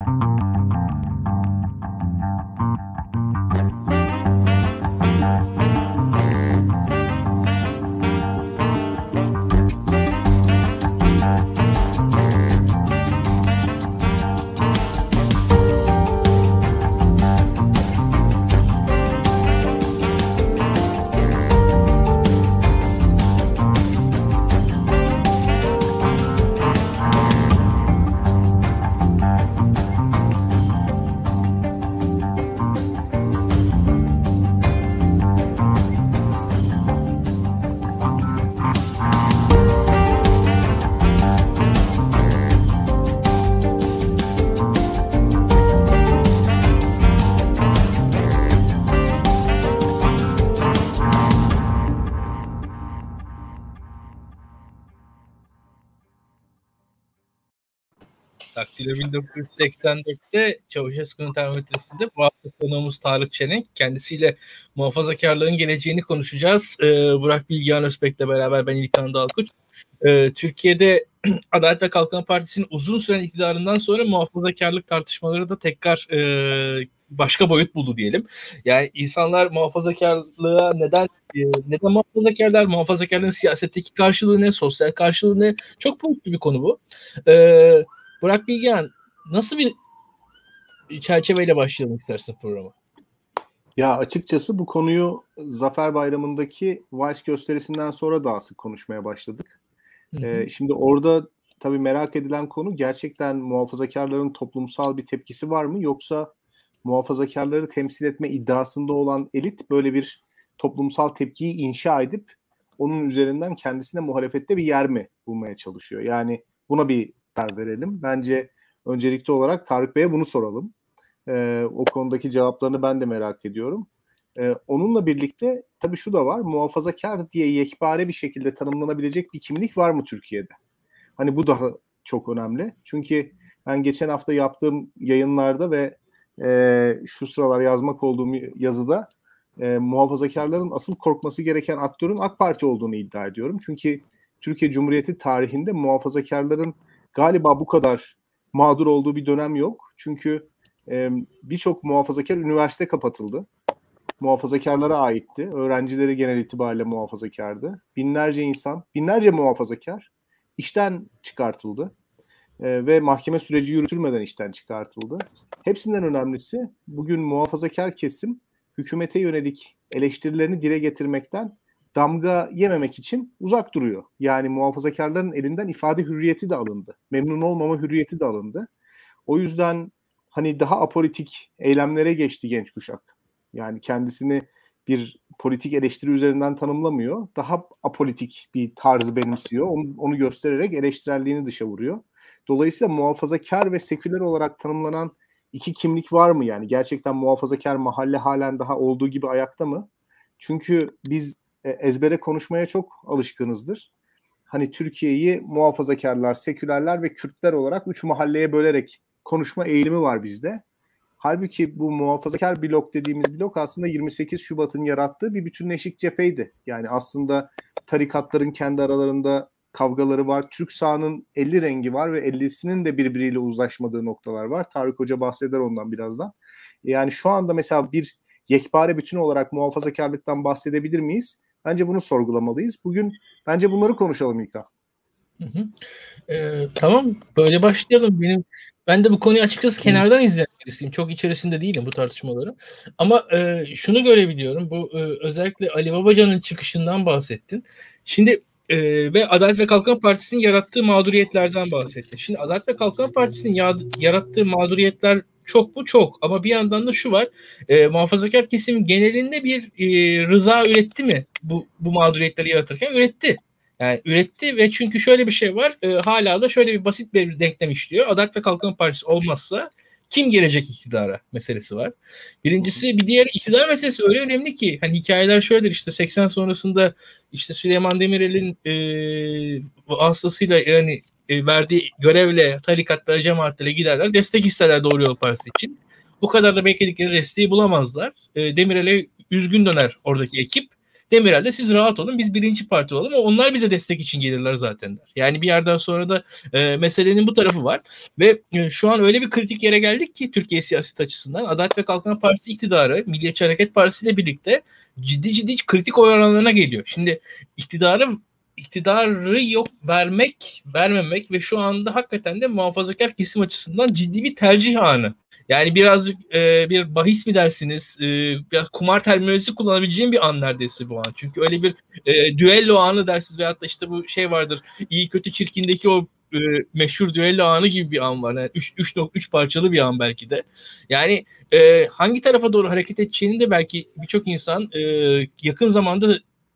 Daktilo 1984'te Çavuşesku'nun termometresinde bu hafta konuğumuz Tarık Çelenk. Kendisiyle muhafazakarlığın geleceğini konuşacağız. Burak Bilgehan Özbek'le beraber ben İlkan Dalkuç. Türkiye'de Adalet ve Kalkınma Partisi'nin uzun süren iktidarından sonra muhafazakarlık tartışmaları da tekrar başka boyut buldu diyelim. Yani insanlar muhafazakarlığa neden muhafazakarlar, muhafazakarlığın siyasetteki karşılığı ne, sosyal karşılığı ne? Çok boyutlu bir konu bu. Burak Bilgehan, nasıl bir çerçeveyle başlayalım istersen programa? Ya açıkçası bu konuyu Zafer Bayramı'ndaki Vals gösterisinden sonra daha sık konuşmaya başladık. Şimdi orada tabii merak edilen konu gerçekten muhafazakarların toplumsal bir tepkisi var mı? Yoksa muhafazakarları temsil etme iddiasında olan elit böyle bir toplumsal tepkiyi inşa edip onun üzerinden kendisine muhalefette bir yer mi bulmaya çalışıyor? Yani buna bir karar verelim. Bence öncelikli olarak Tarık Bey'e bunu soralım. O konudaki cevaplarını ben de merak ediyorum. Onunla birlikte tabii şu da var. Muhafazakar diye yekpare bir şekilde tanımlanabilecek bir kimlik var mı Türkiye'de? Hani bu daha çok önemli. Çünkü ben geçen hafta yaptığım yayınlarda ve şu sıralar yazmak olduğum yazıda muhafazakarların asıl korkması gereken aktörün AK Parti olduğunu iddia ediyorum. Çünkü Türkiye Cumhuriyeti tarihinde muhafazakarların galiba bu kadar mağdur olduğu bir dönem yok. Çünkü birçok muhafazakar üniversite kapatıldı. Muhafazakarlara aitti. Öğrencileri genel itibariyle muhafazakardı. Binlerce insan, binlerce muhafazakar işten çıkartıldı. Ve mahkeme süreci yürütülmeden işten çıkartıldı. Hepsinden önemlisi bugün muhafazakar kesim hükümete yönelik eleştirilerini dile getirmekten damga yememek için uzak duruyor. Yani muhafazakarların elinden ifade hürriyeti de alındı. Memnun olmama hürriyeti de alındı. O yüzden hani daha apolitik eylemlere geçti genç kuşak. Yani kendisini bir politik eleştiri üzerinden tanımlamıyor. Daha apolitik bir tarzı benimsiyor. Onu göstererek eleştirelliğini dışa vuruyor. Dolayısıyla muhafazakar ve seküler olarak tanımlanan iki kimlik var mı? Yani gerçekten muhafazakar mahalle halen daha olduğu gibi ayakta mı? Çünkü biz ezbere konuşmaya çok alışkınızdır. Hani Türkiye'yi muhafazakarlar, sekülerler ve Kürtler olarak 3 mahalleye bölerek konuşma eğilimi var bizde. Halbuki bu muhafazakar blok dediğimiz blok aslında 28 Şubat'ın yarattığı bir bütünleşik cepheydi. Yani aslında tarikatların kendi aralarında kavgaları var. Türk sağının 50 rengi var ve 50'sinin de birbiriyle uzlaşmadığı noktalar var. Tarık Hoca bahseder ondan birazdan. Yani şu anda mesela bir yekpare bütün olarak muhafazakarlıktan bahsedebilir miyiz? Bence bunu sorgulamalıyız. Bugün bence bunları konuşalım İlkan. Tamam, böyle başlayalım. Ben de bu konuyu açıkçası kenardan izleyen birisiyim. Çok içerisinde değilim bu tartışmaları. Ama şunu görebiliyorum. Bu özellikle Ali Babacan'ın çıkışından bahsettin. Şimdi ve Adalet ve Kalkınma Partisi'nin yarattığı mağduriyetlerden bahsettin. Şimdi Adalet ve Kalkınma Partisi'nin yarattığı mağduriyetler çok mu? Çok. Ama bir yandan da şu var. Muhafazakar kesim genelinde bir rıza üretti mi? Bu mağduriyetleri yaratırken üretti. Yani üretti ve çünkü şöyle bir şey var. Hala da şöyle bir basit bir denklem işliyor. Adalet ve Kalkınma Partisi olmazsa kim gelecek iktidara meselesi var. Birincisi, bir diğer iktidar meselesi öyle önemli ki hani hikayeler şöyledir, işte 80 sonrasında işte Süleyman Demirel'in vasıtasıyla yani verdiği görevle tarikatlara, cemaatlere giderler. Destek isterler Doğru Yol Partisi için. Bu kadar da bekledikleri desteği bulamazlar. Demirel'e üzgün döner oradaki ekip. Demirel de siz rahat olun, biz birinci parti olalım. Onlar bize destek için gelirler zaten der. Yani bir yerden sonra da meselenin bu tarafı var. Ve şu an öyle bir kritik yere geldik ki Türkiye siyaset açısından Adalet ve Kalkınma Partisi iktidarı Milliyetçi Hareket Partisi ile birlikte ciddi kritik oy oranlarına geliyor. Şimdi iktidarı yok vermemek ve şu anda hakikaten de muhafazakar kesim açısından ciddi bir tercih anı. Yani birazcık bir bahis mi dersiniz, biraz kumar terminolojisi kullanabileceğim bir an neredeyse bu an. Çünkü öyle bir düello anı dersiniz veyahut da işte bu şey vardır, iyi kötü çirkindeki o meşhur düello anı gibi bir an var. Yani 3 parçalı bir an belki de. Yani hangi tarafa doğru hareket edeceğini de belki birçok insan yakın zamanda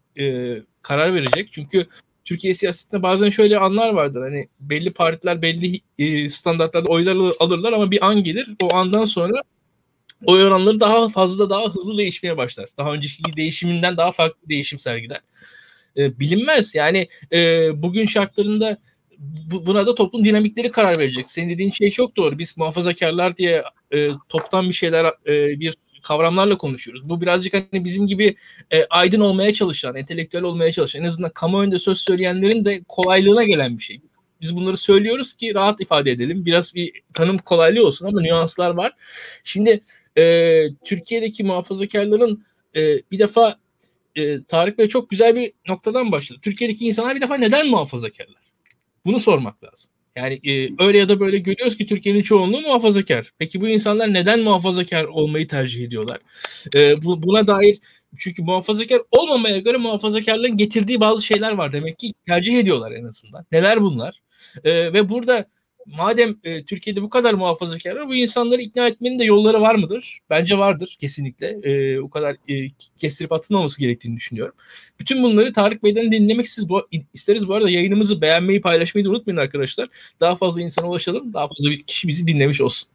karar verecek. Çünkü Türkiye siyasetinde bazen şöyle anlar vardır. Hani belli partiler belli standartlarda oylar alırlar ama bir an gelir. O andan sonra oy oranları daha fazla, daha hızlı değişmeye başlar. Daha önceki değişiminden daha farklı bir değişim sergiler. Bilinmez. Yani bugün şartlarında buna da toplum dinamikleri karar verecek. Senin dediğin şey çok doğru. Biz muhafazakarlar diye toptan bir şeyler bir kavramlarla konuşuyoruz. Bu birazcık hani bizim gibi aydın olmaya çalışan, entelektüel olmaya çalışan, en azından kamuoyunda söz söyleyenlerin de kolaylığına gelen bir şey. Biz bunları söylüyoruz ki rahat ifade edelim. Biraz bir tanım kolaylığı olsun ama nüanslar var. Şimdi Türkiye'deki muhafazakarların bir defa Tarık Bey çok güzel bir noktadan başladı. Türkiye'deki insanlar bir defa neden muhafazakarlar? Bunu sormak lazım. Yani öyle ya da böyle görüyoruz ki Türkiye'nin çoğunluğu muhafazakar. Peki bu insanlar neden muhafazakar olmayı tercih ediyorlar? Buna dair, çünkü muhafazakar olmamaya göre muhafazakarların getirdiği bazı şeyler var. Demek ki tercih ediyorlar en azından. Neler bunlar? Ve burada madem Türkiye'de bu kadar muhafazakar var, bu insanları ikna etmenin de yolları var mıdır? Bence vardır kesinlikle. O kadar kestirip atılmaması gerektiğini düşünüyorum. Bütün bunları Tarık Bey'den dinlemek isteriz. Bu arada yayınımızı beğenmeyi, paylaşmayı da unutmayın arkadaşlar. Daha fazla insana ulaşalım. Daha fazla bir kişi bizi dinlemiş olsun.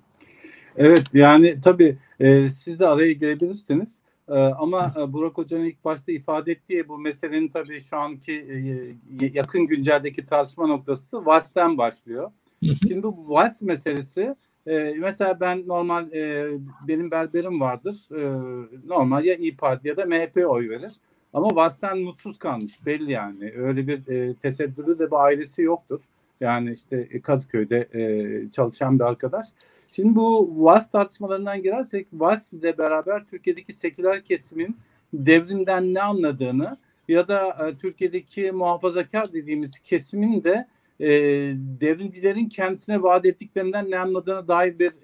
Evet, yani tabii siz de araya girebilirsiniz. Ama Burak Hoca'nın ilk başta ifade ettiği bu meselenin tabii şu anki yakın günceldeki tartışma noktası VAS'ten başlıyor. Şimdi bu VAS meselesi mesela ben normal benim berberim vardır. Normal ya İYİ Parti ya da MHP oy verir. Ama VAS'ten mutsuz kalmış belli yani. Öyle bir tesettürü de bir ailesi yoktur. Yani işte Kadıköy'de çalışan bir arkadaş. Şimdi bu VAS tartışmalarından girersek VAS ile beraber Türkiye'deki seküler kesimin devrimden ne anladığını ya da Türkiye'deki muhafazakar dediğimiz kesimin de devrimcilerin kendisine vaat ettiklerinden ne anladığına dair bir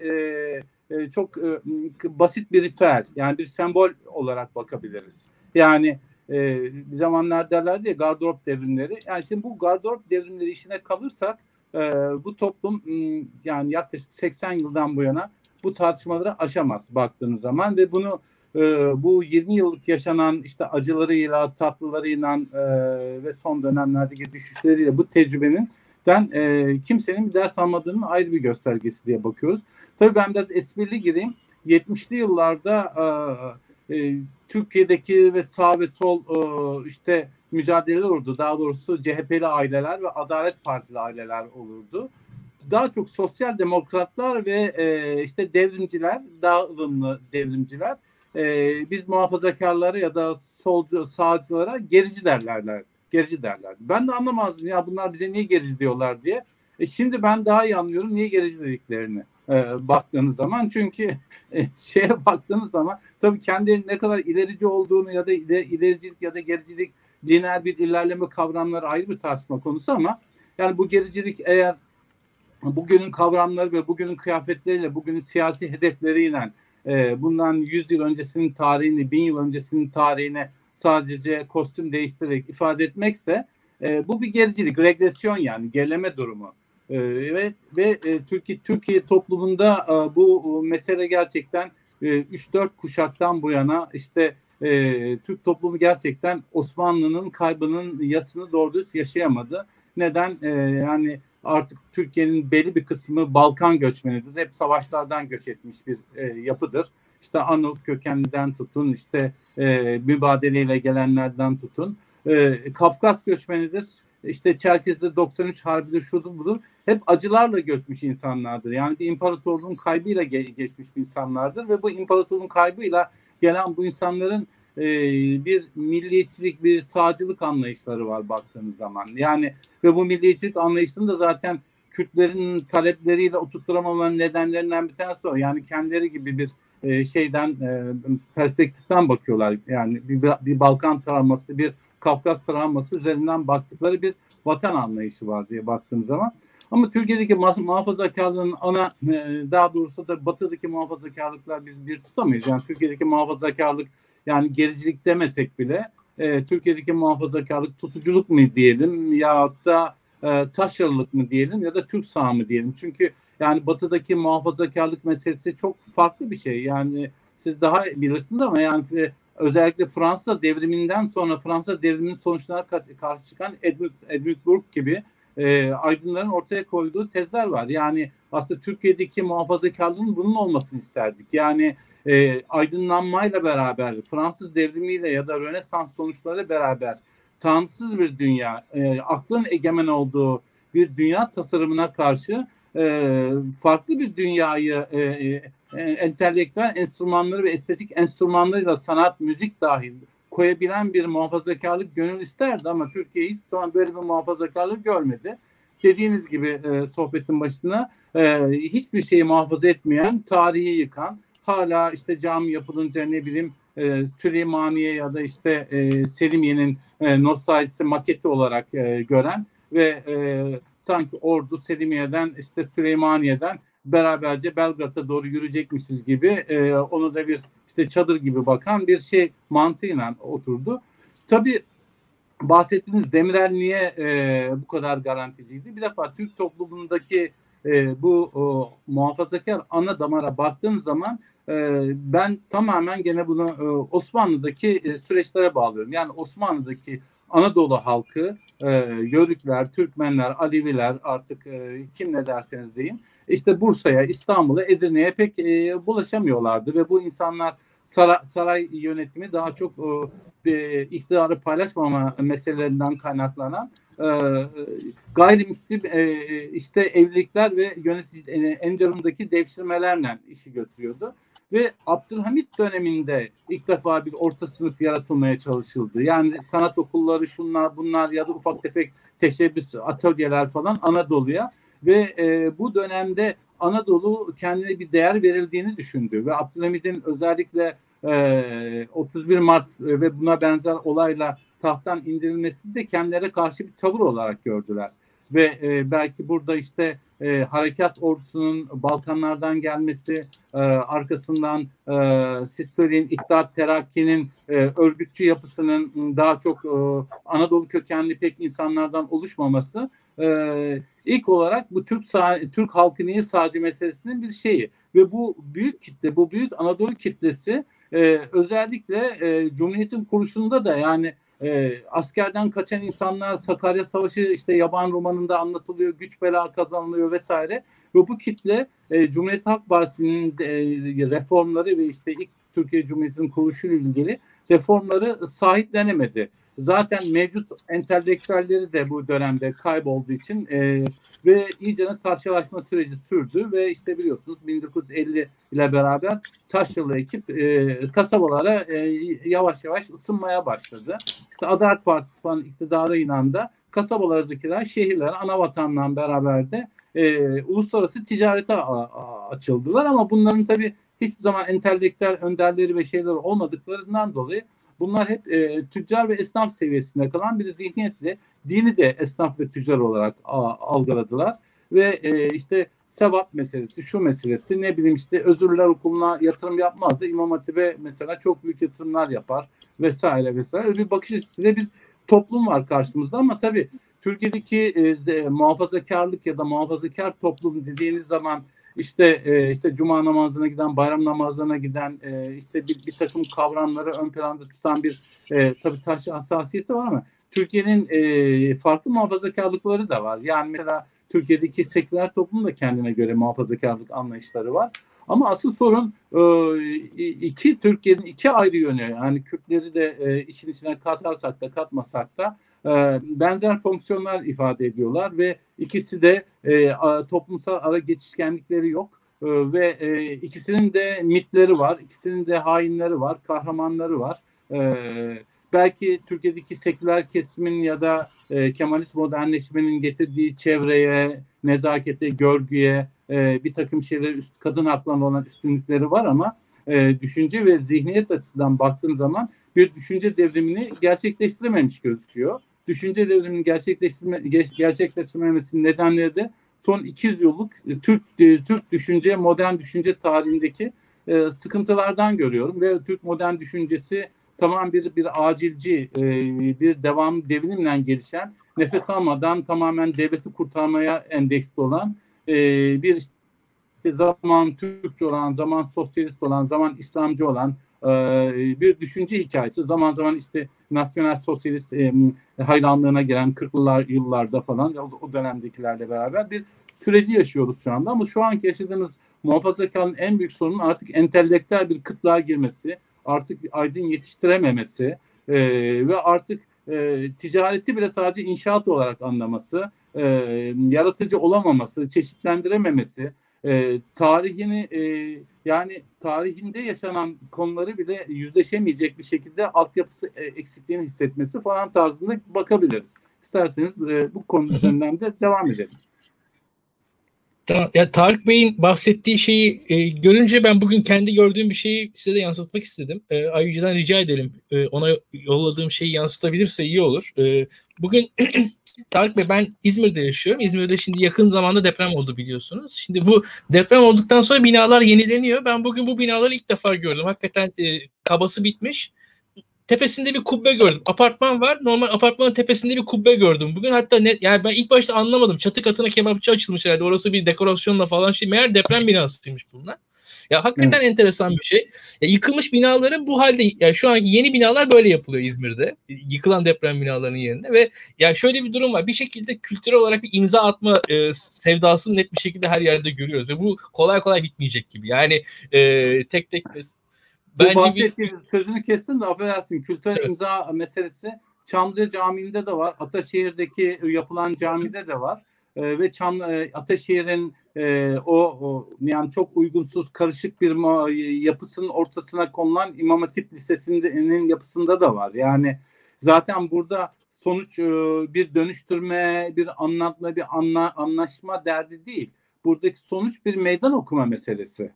çok basit bir ritüel, yani bir sembol olarak bakabiliriz. Yani bir zamanlar derlerdi ya gardırop devrimleri. Yani şimdi bu gardırop devrimleri işine kalırsak bu toplum yani yaklaşık 80 yıldan bu yana bu tartışmaları aşamaz baktığınız zaman ve bunu bu 20 yıllık yaşanan işte acılarıyla, tatlılarıyla ve son dönemlerdeki düşüşleriyle bu tecrübenin kimsenin bir ders almadığının ayrı bir göstergesi diye bakıyoruz. Tabii ben biraz esprili gireyim. 70'li yıllarda Türkiye'deki ve sağ ve sol işte mücadeleler olurdu. Daha doğrusu CHP'li aileler ve Adalet Partili aileler olurdu. Daha çok sosyal demokratlar ve işte devrimciler, daha ılımlı devrimciler biz muhafazakarları ya da solcu, sağcılara gerici derlerdi. Gerici derlerdi. Ben de anlamazdım ya bunlar bize niye gerici diyorlar diye. Şimdi ben daha iyi anlıyorum niye gerici dediklerini baktığınız zaman. Çünkü şeye baktığınız zaman tabii kendilerinin ne kadar ilerici olduğunu ya da ilericilik ya da gericilik lineer bir ilerleme kavramları ayrı bir tartışma konusu ama yani bu gericilik eğer bugünün kavramları ve bugünün kıyafetleriyle, bugünün siyasi hedefleriyle bundan 100 yıl öncesinin tarihini, 1000 yıl öncesinin tarihine sadece kostüm değiştirerek ifade etmekse bu bir gericilik, regresyon yani gerileme durumu. Ve Türkiye toplumunda bu mesele gerçekten 3-4 kuşaktan bu yana işte Türk toplumu gerçekten Osmanlı'nın kaybının yasını doğru düz yaşayamadı. Neden? Yani artık Türkiye'nin belli bir kısmı Balkan göçmenidir. Hep savaşlardan göç etmiş bir yapıdır. İşte Arnavut kökenliden tutun, işte mübadeleyle gelenlerden tutun. Kafkas göçmenidir. İşte Çerkez'de 93 Harbi'dir, şudur budur. Hep acılarla göçmüş insanlardır. Yani bir imparatorluğun kaybıyla geçmiş insanlardır ve bu imparatorluğun kaybıyla gelen bu insanların bir milliyetçilik, bir sağcılık anlayışları var baktığınız zaman. Yani ve bu milliyetçilik anlayışını da zaten Kürtlerin talepleriyle oturtturamamanın nedenlerinden bir tanesi o. Yani kendileri gibi bir perspektiften bakıyorlar. Yani bir Balkan travması, bir Kafkas travması üzerinden baktıkları bir vatan anlayışı var diye baktığım zaman. Ama Türkiye'deki muhafazakarlığın daha doğrusu da Batı'daki muhafazakarlıklar biz bir tutamayız. Yani Türkiye'deki muhafazakarlık, yani gericilik demesek bile Türkiye'deki muhafazakarlık tutuculuk mu diyelim ya da taşralılık mı diyelim ya da Türk sağı mı diyelim. Çünkü yani Batı'daki muhafazakarlık meselesi çok farklı bir şey. Yani siz daha bilirsiniz ama yani özellikle Fransa devriminden sonra Fransa devriminin sonuçlarına karşı çıkan Edmund Burke gibi aydınların ortaya koyduğu tezler var. Yani aslında Türkiye'deki muhafazakarlığın bunun olmasını isterdik. Yani aydınlanmayla beraber, Fransız devrimiyle ya da Rönesans sonuçlarıyla beraber tanrısız bir dünya, aklın egemen olduğu bir dünya tasarımına karşı farklı bir dünyayı entelektüel enstrümanları ve estetik enstrümanlarıyla sanat, müzik dahil koyabilen bir muhafazakarlık gönül isterdi ama Türkiye hiçbir zaman böyle bir muhafazakarlık görmedi. Dediğiniz gibi sohbetin başına hiçbir şeyi muhafaza etmeyen, tarihi yıkan, hala işte cami yapılınca ne bileyim Süleymaniye ya da işte Selimiye'nin nostaljisi maketi olarak gören ve sanki ordu Selimiye'den işte Süleymaniye'den beraberce Belgrad'a doğru yürüyecekmişiz gibi onu da bir işte çadır gibi bakan bir şey mantığıyla oturdu. Tabii bahsettiğiniz Demirel niye bu kadar garanticiydi? Bir defa Türk toplumundaki bu muhafazakar ana damara baktığınız zaman ben tamamen gene bunu Osmanlı'daki süreçlere bağlıyorum. Yani Osmanlı'daki Anadolu halkı, Yörükler, Türkmenler, Aleviler artık kim ne derseniz deyin. İşte Bursa'ya, İstanbul'a, Edirne'ye pek bulaşamıyorlardı ve bu insanlar saray yönetimi daha çok iktidarı paylaşmama meselelerinden kaynaklanan gayrimüslim işte evlilikler ve yönetici Enderun'daki devşirmelerle işi götürüyordu. Ve Abdülhamit döneminde ilk defa bir orta sınıf yaratılmaya çalışıldı. Yani sanat okulları şunlar bunlar ya da ufak tefek teşebbüs atölyeler falan Anadolu'ya ve bu dönemde Anadolu kendine bir değer verildiğini düşündü ve Abdülhamid'in özellikle 31 Mart ve buna benzer olayla tahttan indirilmesi de kendilerine karşı bir tavır olarak gördüler. Ve belki burada işte harekat ordusunun Balkanlardan gelmesi, arkasından siz söyleyin İttihat Terakki'nin örgütçü yapısının daha çok Anadolu kökenli pek insanlardan oluşmaması ilk olarak bu Türk halkı niye sağcı meselesinin bir şeyi. Ve bu büyük kitle, bu büyük Anadolu kitlesi özellikle Cumhuriyet'in kuruluşunda da yani askerden kaçan insanlar, Sakarya Savaşı işte Yaban romanında anlatılıyor, güç bela kazanılıyor vesaire. Ve bu kitle Cumhuriyet Halk Partisi'nin reformları ve işte ilk Türkiye Cumhuriyeti'nin kuruluşuyla ilgili reformları sahiplenemedi. Zaten mevcut entelektüelleri de bu dönemde kaybolduğu için ve iyice taşralaşma süreci sürdü ve işte biliyorsunuz 1950 ile beraber taşralı ekip kasabalara yavaş yavaş ısınmaya başladı. İşte Adalet Partisi falan iktidarıyla da kasabalardakiler şehirler ana vatanla beraber de uluslararası ticarete açıldılar ama bunların tabii hiçbir zaman entelektüel önderleri ve şeyler olmadıklarından dolayı bunlar hep tüccar ve esnaf seviyesinde kalan bir zihniyetle dini de esnaf ve tüccar olarak algıladılar. Ve işte sevap meselesi, şu meselesi ne bileyim işte özürler okuluna yatırım yapmaz da İmam Hatip'e mesela çok büyük yatırımlar yapar vesaire vesaire. Öyle bir bakış açısıyla bir toplum var karşımızda ama tabii Türkiye'deki muhafazakarlık ya da muhafazakar toplum dediğiniz zaman işte cuma namazına giden, bayram namazlarına giden işte bir takım kavramları ön planda tutan bir tabii taş hassasiyeti var ama Türkiye'nin farklı muhafazakarlıkları da var. Yani mesela Türkiye'deki seküler toplum da kendine göre muhafazakarlık anlayışları var. Ama asıl sorun Türkiye'nin iki ayrı yönü. Yani Kürtleri de işin içine katarsak da katmasak da benzer fonksiyonlar ifade ediyorlar ve ikisi de toplumsal ara geçişkenlikleri yok ve ikisinin de mitleri var, ikisinin de hainleri var, kahramanları var. Belki Türkiye'deki seküler kesimin ya da Kemalist modernleşmenin getirdiği çevreye, nezakete, görgüye, bir takım şeyler kadın haklarına olan üstünlükleri var ama düşünce ve zihniyet açısından baktığın zaman bir düşünce devrimini gerçekleştirememiş gözüküyor. Düşünce devriminin gerçekleştirememesinin nedenleri de son 200 yıllık Türk düşünce, modern düşünce tarihindeki sıkıntılardan görüyorum ve Türk modern düşüncesi tamamen bir acilci, bir devrimle gelişen, nefes almadan tamamen devleti kurtarmaya endeksli olan bir işte zaman Türkçe olan, zaman sosyalist olan, zaman İslamcı olan bir düşünce hikayesi. Zaman zaman işte nasyonel sosyalist hayranlığına gelen 40'lı yıllarda falan o dönemdekilerle beraber bir süreci yaşıyoruz şu anda. Ama şu anki yaşadığımız muhafazakarlığın en büyük sorunu artık entelektüel bir kıtlığa girmesi, artık bir aydın yetiştirememesi ve artık ticareti bile sadece inşaat olarak anlaması, yaratıcı olamaması, çeşitlendirememesi, tarihini yani tarihinde yaşanan konuları bile yüzleşemeyecek bir şekilde altyapısı eksikliğini hissetmesi falan tarzında bakabiliriz. İsterseniz bu konu üzerinden de devam edelim. Tamam. Ya Tarık Bey'in bahsettiği şeyi görünce ben bugün kendi gördüğüm bir şeyi size de yansıtmak istedim. Ayıcı'dan rica edelim. Ona yolladığım şeyi yansıtabilirse iyi olur. Bugün Tarık Bey, ben İzmir'de yaşıyorum. İzmir'de şimdi yakın zamanda deprem oldu biliyorsunuz. Şimdi bu deprem olduktan sonra binalar yenileniyor. Ben bugün bu binaları ilk defa gördüm. Hakikaten kabası bitmiş. Tepesinde bir kubbe gördüm. Apartman var. Normal apartmanın tepesinde bir kubbe gördüm bugün. Hatta yani ben ilk başta anlamadım. Çatı katına kebapçı açılmış herhalde. Orası bir dekorasyonla falan şey. Meğer deprem binasıymış bunlar. Ya hakikaten enteresan bir şey. Ya yıkılmış binaları bu halde, ya şu anki yeni binalar böyle yapılıyor İzmir'de. Yıkılan deprem binalarının yerine ve ya şöyle bir durum var. Bir şekilde kültürel olarak bir imza atma sevdasını net bir şekilde her yerde görüyoruz ve bu kolay kolay bitmeyecek gibi. Yani tek tek bu bahsettiğiniz sözünü kestim de affedersin. Kültürel imza meselesi Çamlıca Camii'nde de var. Ataşehir'deki yapılan camide de var. Ve Ataşehir'in yani çok uygunsuz, karışık bir yapısının ortasına konulan İmam Hatip Lisesi'nin yapısında da var. Yani zaten burada sonuç bir dönüştürme, bir anlatma, bir anlaşma derdi değil. Buradaki sonuç bir meydan okuma meselesi.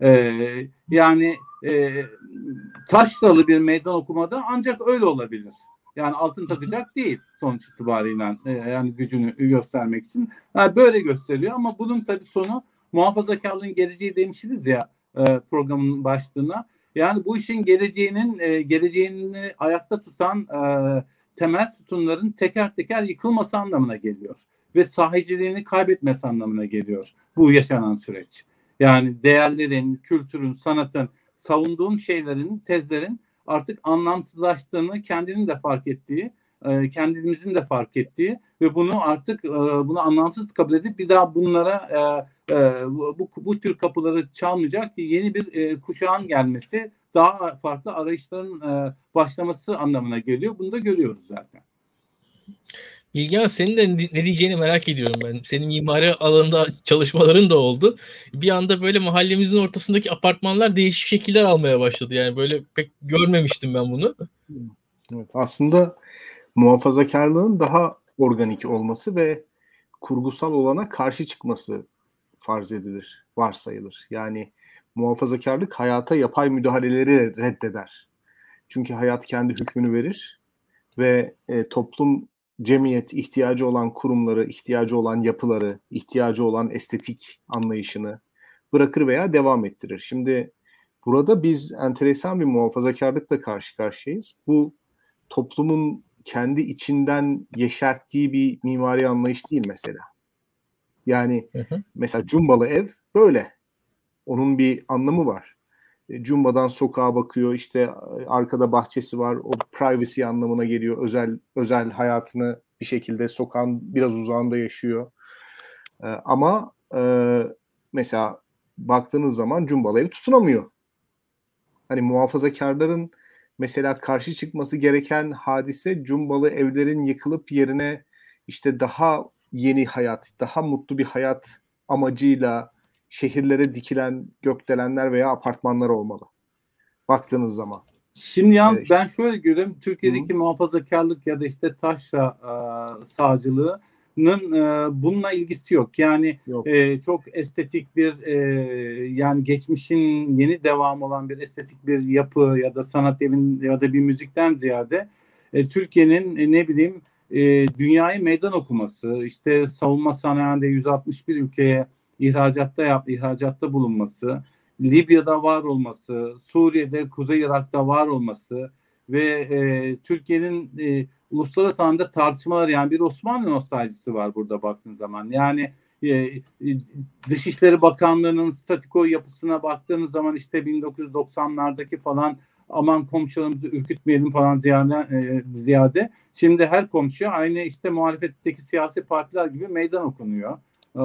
Yani taşralı bir meydan okumada ancak öyle olabilir. Yani altın takacak değil sonuç itibariyle yani gücünü göstermek için. Yani böyle gösteriyor ama bunun tabii sonu muhafazakarlığın geleceği demişiz ya programın başlığına. Yani bu işin geleceğini ayakta tutan temel sütunların teker teker yıkılması anlamına geliyor. Ve sahiciliğini kaybetmesi anlamına geliyor bu yaşanan süreç. Yani değerlerin, kültürün, sanatın, savunduğum şeylerin, tezlerin artık anlamsızlaştığını kendinin de fark ettiği, kendimizin de fark ettiği ve bunu artık bunu anlamsız kabul edip bir daha bunlara bu tür kapıları çalmayacak yeni bir kuşağın gelmesi, daha farklı arayışların başlaması anlamına geliyor. Bunu da görüyoruz zaten. Bilgehan, senin de ne diyeceğini merak ediyorum ben. Senin mimari alanında çalışmaların da oldu. Bir anda böyle mahallemizin ortasındaki apartmanlar değişik şekiller almaya başladı. Yani böyle pek görmemiştim ben bunu. Evet, aslında muhafazakarlığın daha organik olması ve kurgusal olana karşı çıkması farz edilir, varsayılır. Yani muhafazakarlık hayata yapay müdahaleleri reddeder. Çünkü hayat kendi hükmünü verir ve toplum, cemiyet ihtiyacı olan kurumları, ihtiyacı olan yapıları, ihtiyacı olan estetik anlayışını bırakır veya devam ettirir. Şimdi burada biz enteresan bir muhafazakarlıkla karşı karşıyayız. Bu toplumun kendi içinden yeşerttiği bir mimari anlayış değil mesela. Yani mesela Cumbalı ev böyle. Onun bir anlamı var. Cumba'dan sokağa bakıyor, işte arkada bahçesi var, o privacy anlamına geliyor, özel hayatını bir şekilde sokağın biraz uzağında yaşıyor. Ama mesela baktığınız zaman Cumbalı ev tutunamıyor. Hani muhafazakarların mesela karşı çıkması gereken hadise Cumbalı evlerin yıkılıp yerine işte daha yeni hayat, daha mutlu bir hayat amacıyla şehirlere dikilen gökdelenler veya apartmanlar olmalı. Baktığınız zaman. Şimdi yalnız ben şöyle görüyorum. Türkiye'deki muhafazakarlık ya da işte taşra sağcılığının bununla ilgisi yok. Yani yok. Çok estetik bir yani geçmişin yeni devamı olan bir estetik bir yapı ya da sanat evin ya da bir müzikten ziyade Türkiye'nin ne bileyim dünyaya meydan okuması, işte savunma sanayinde 161 ülkeye ihracatta bulunması, Libya'da var olması, Suriye'de, Kuzey Irak'ta var olması ve Türkiye'nin uluslararası alanda tartışmalar, yani bir Osmanlı nostaljisi var burada baktığın zaman. Yani Dışişleri Bakanlığı'nın statiko yapısına baktığınız zaman işte 1990'lardaki falan aman komşularımızı ürkütmeyelim falan ziyade şimdi her komşu aynı işte muhalefetteki siyasi partiler gibi meydan okunuyor.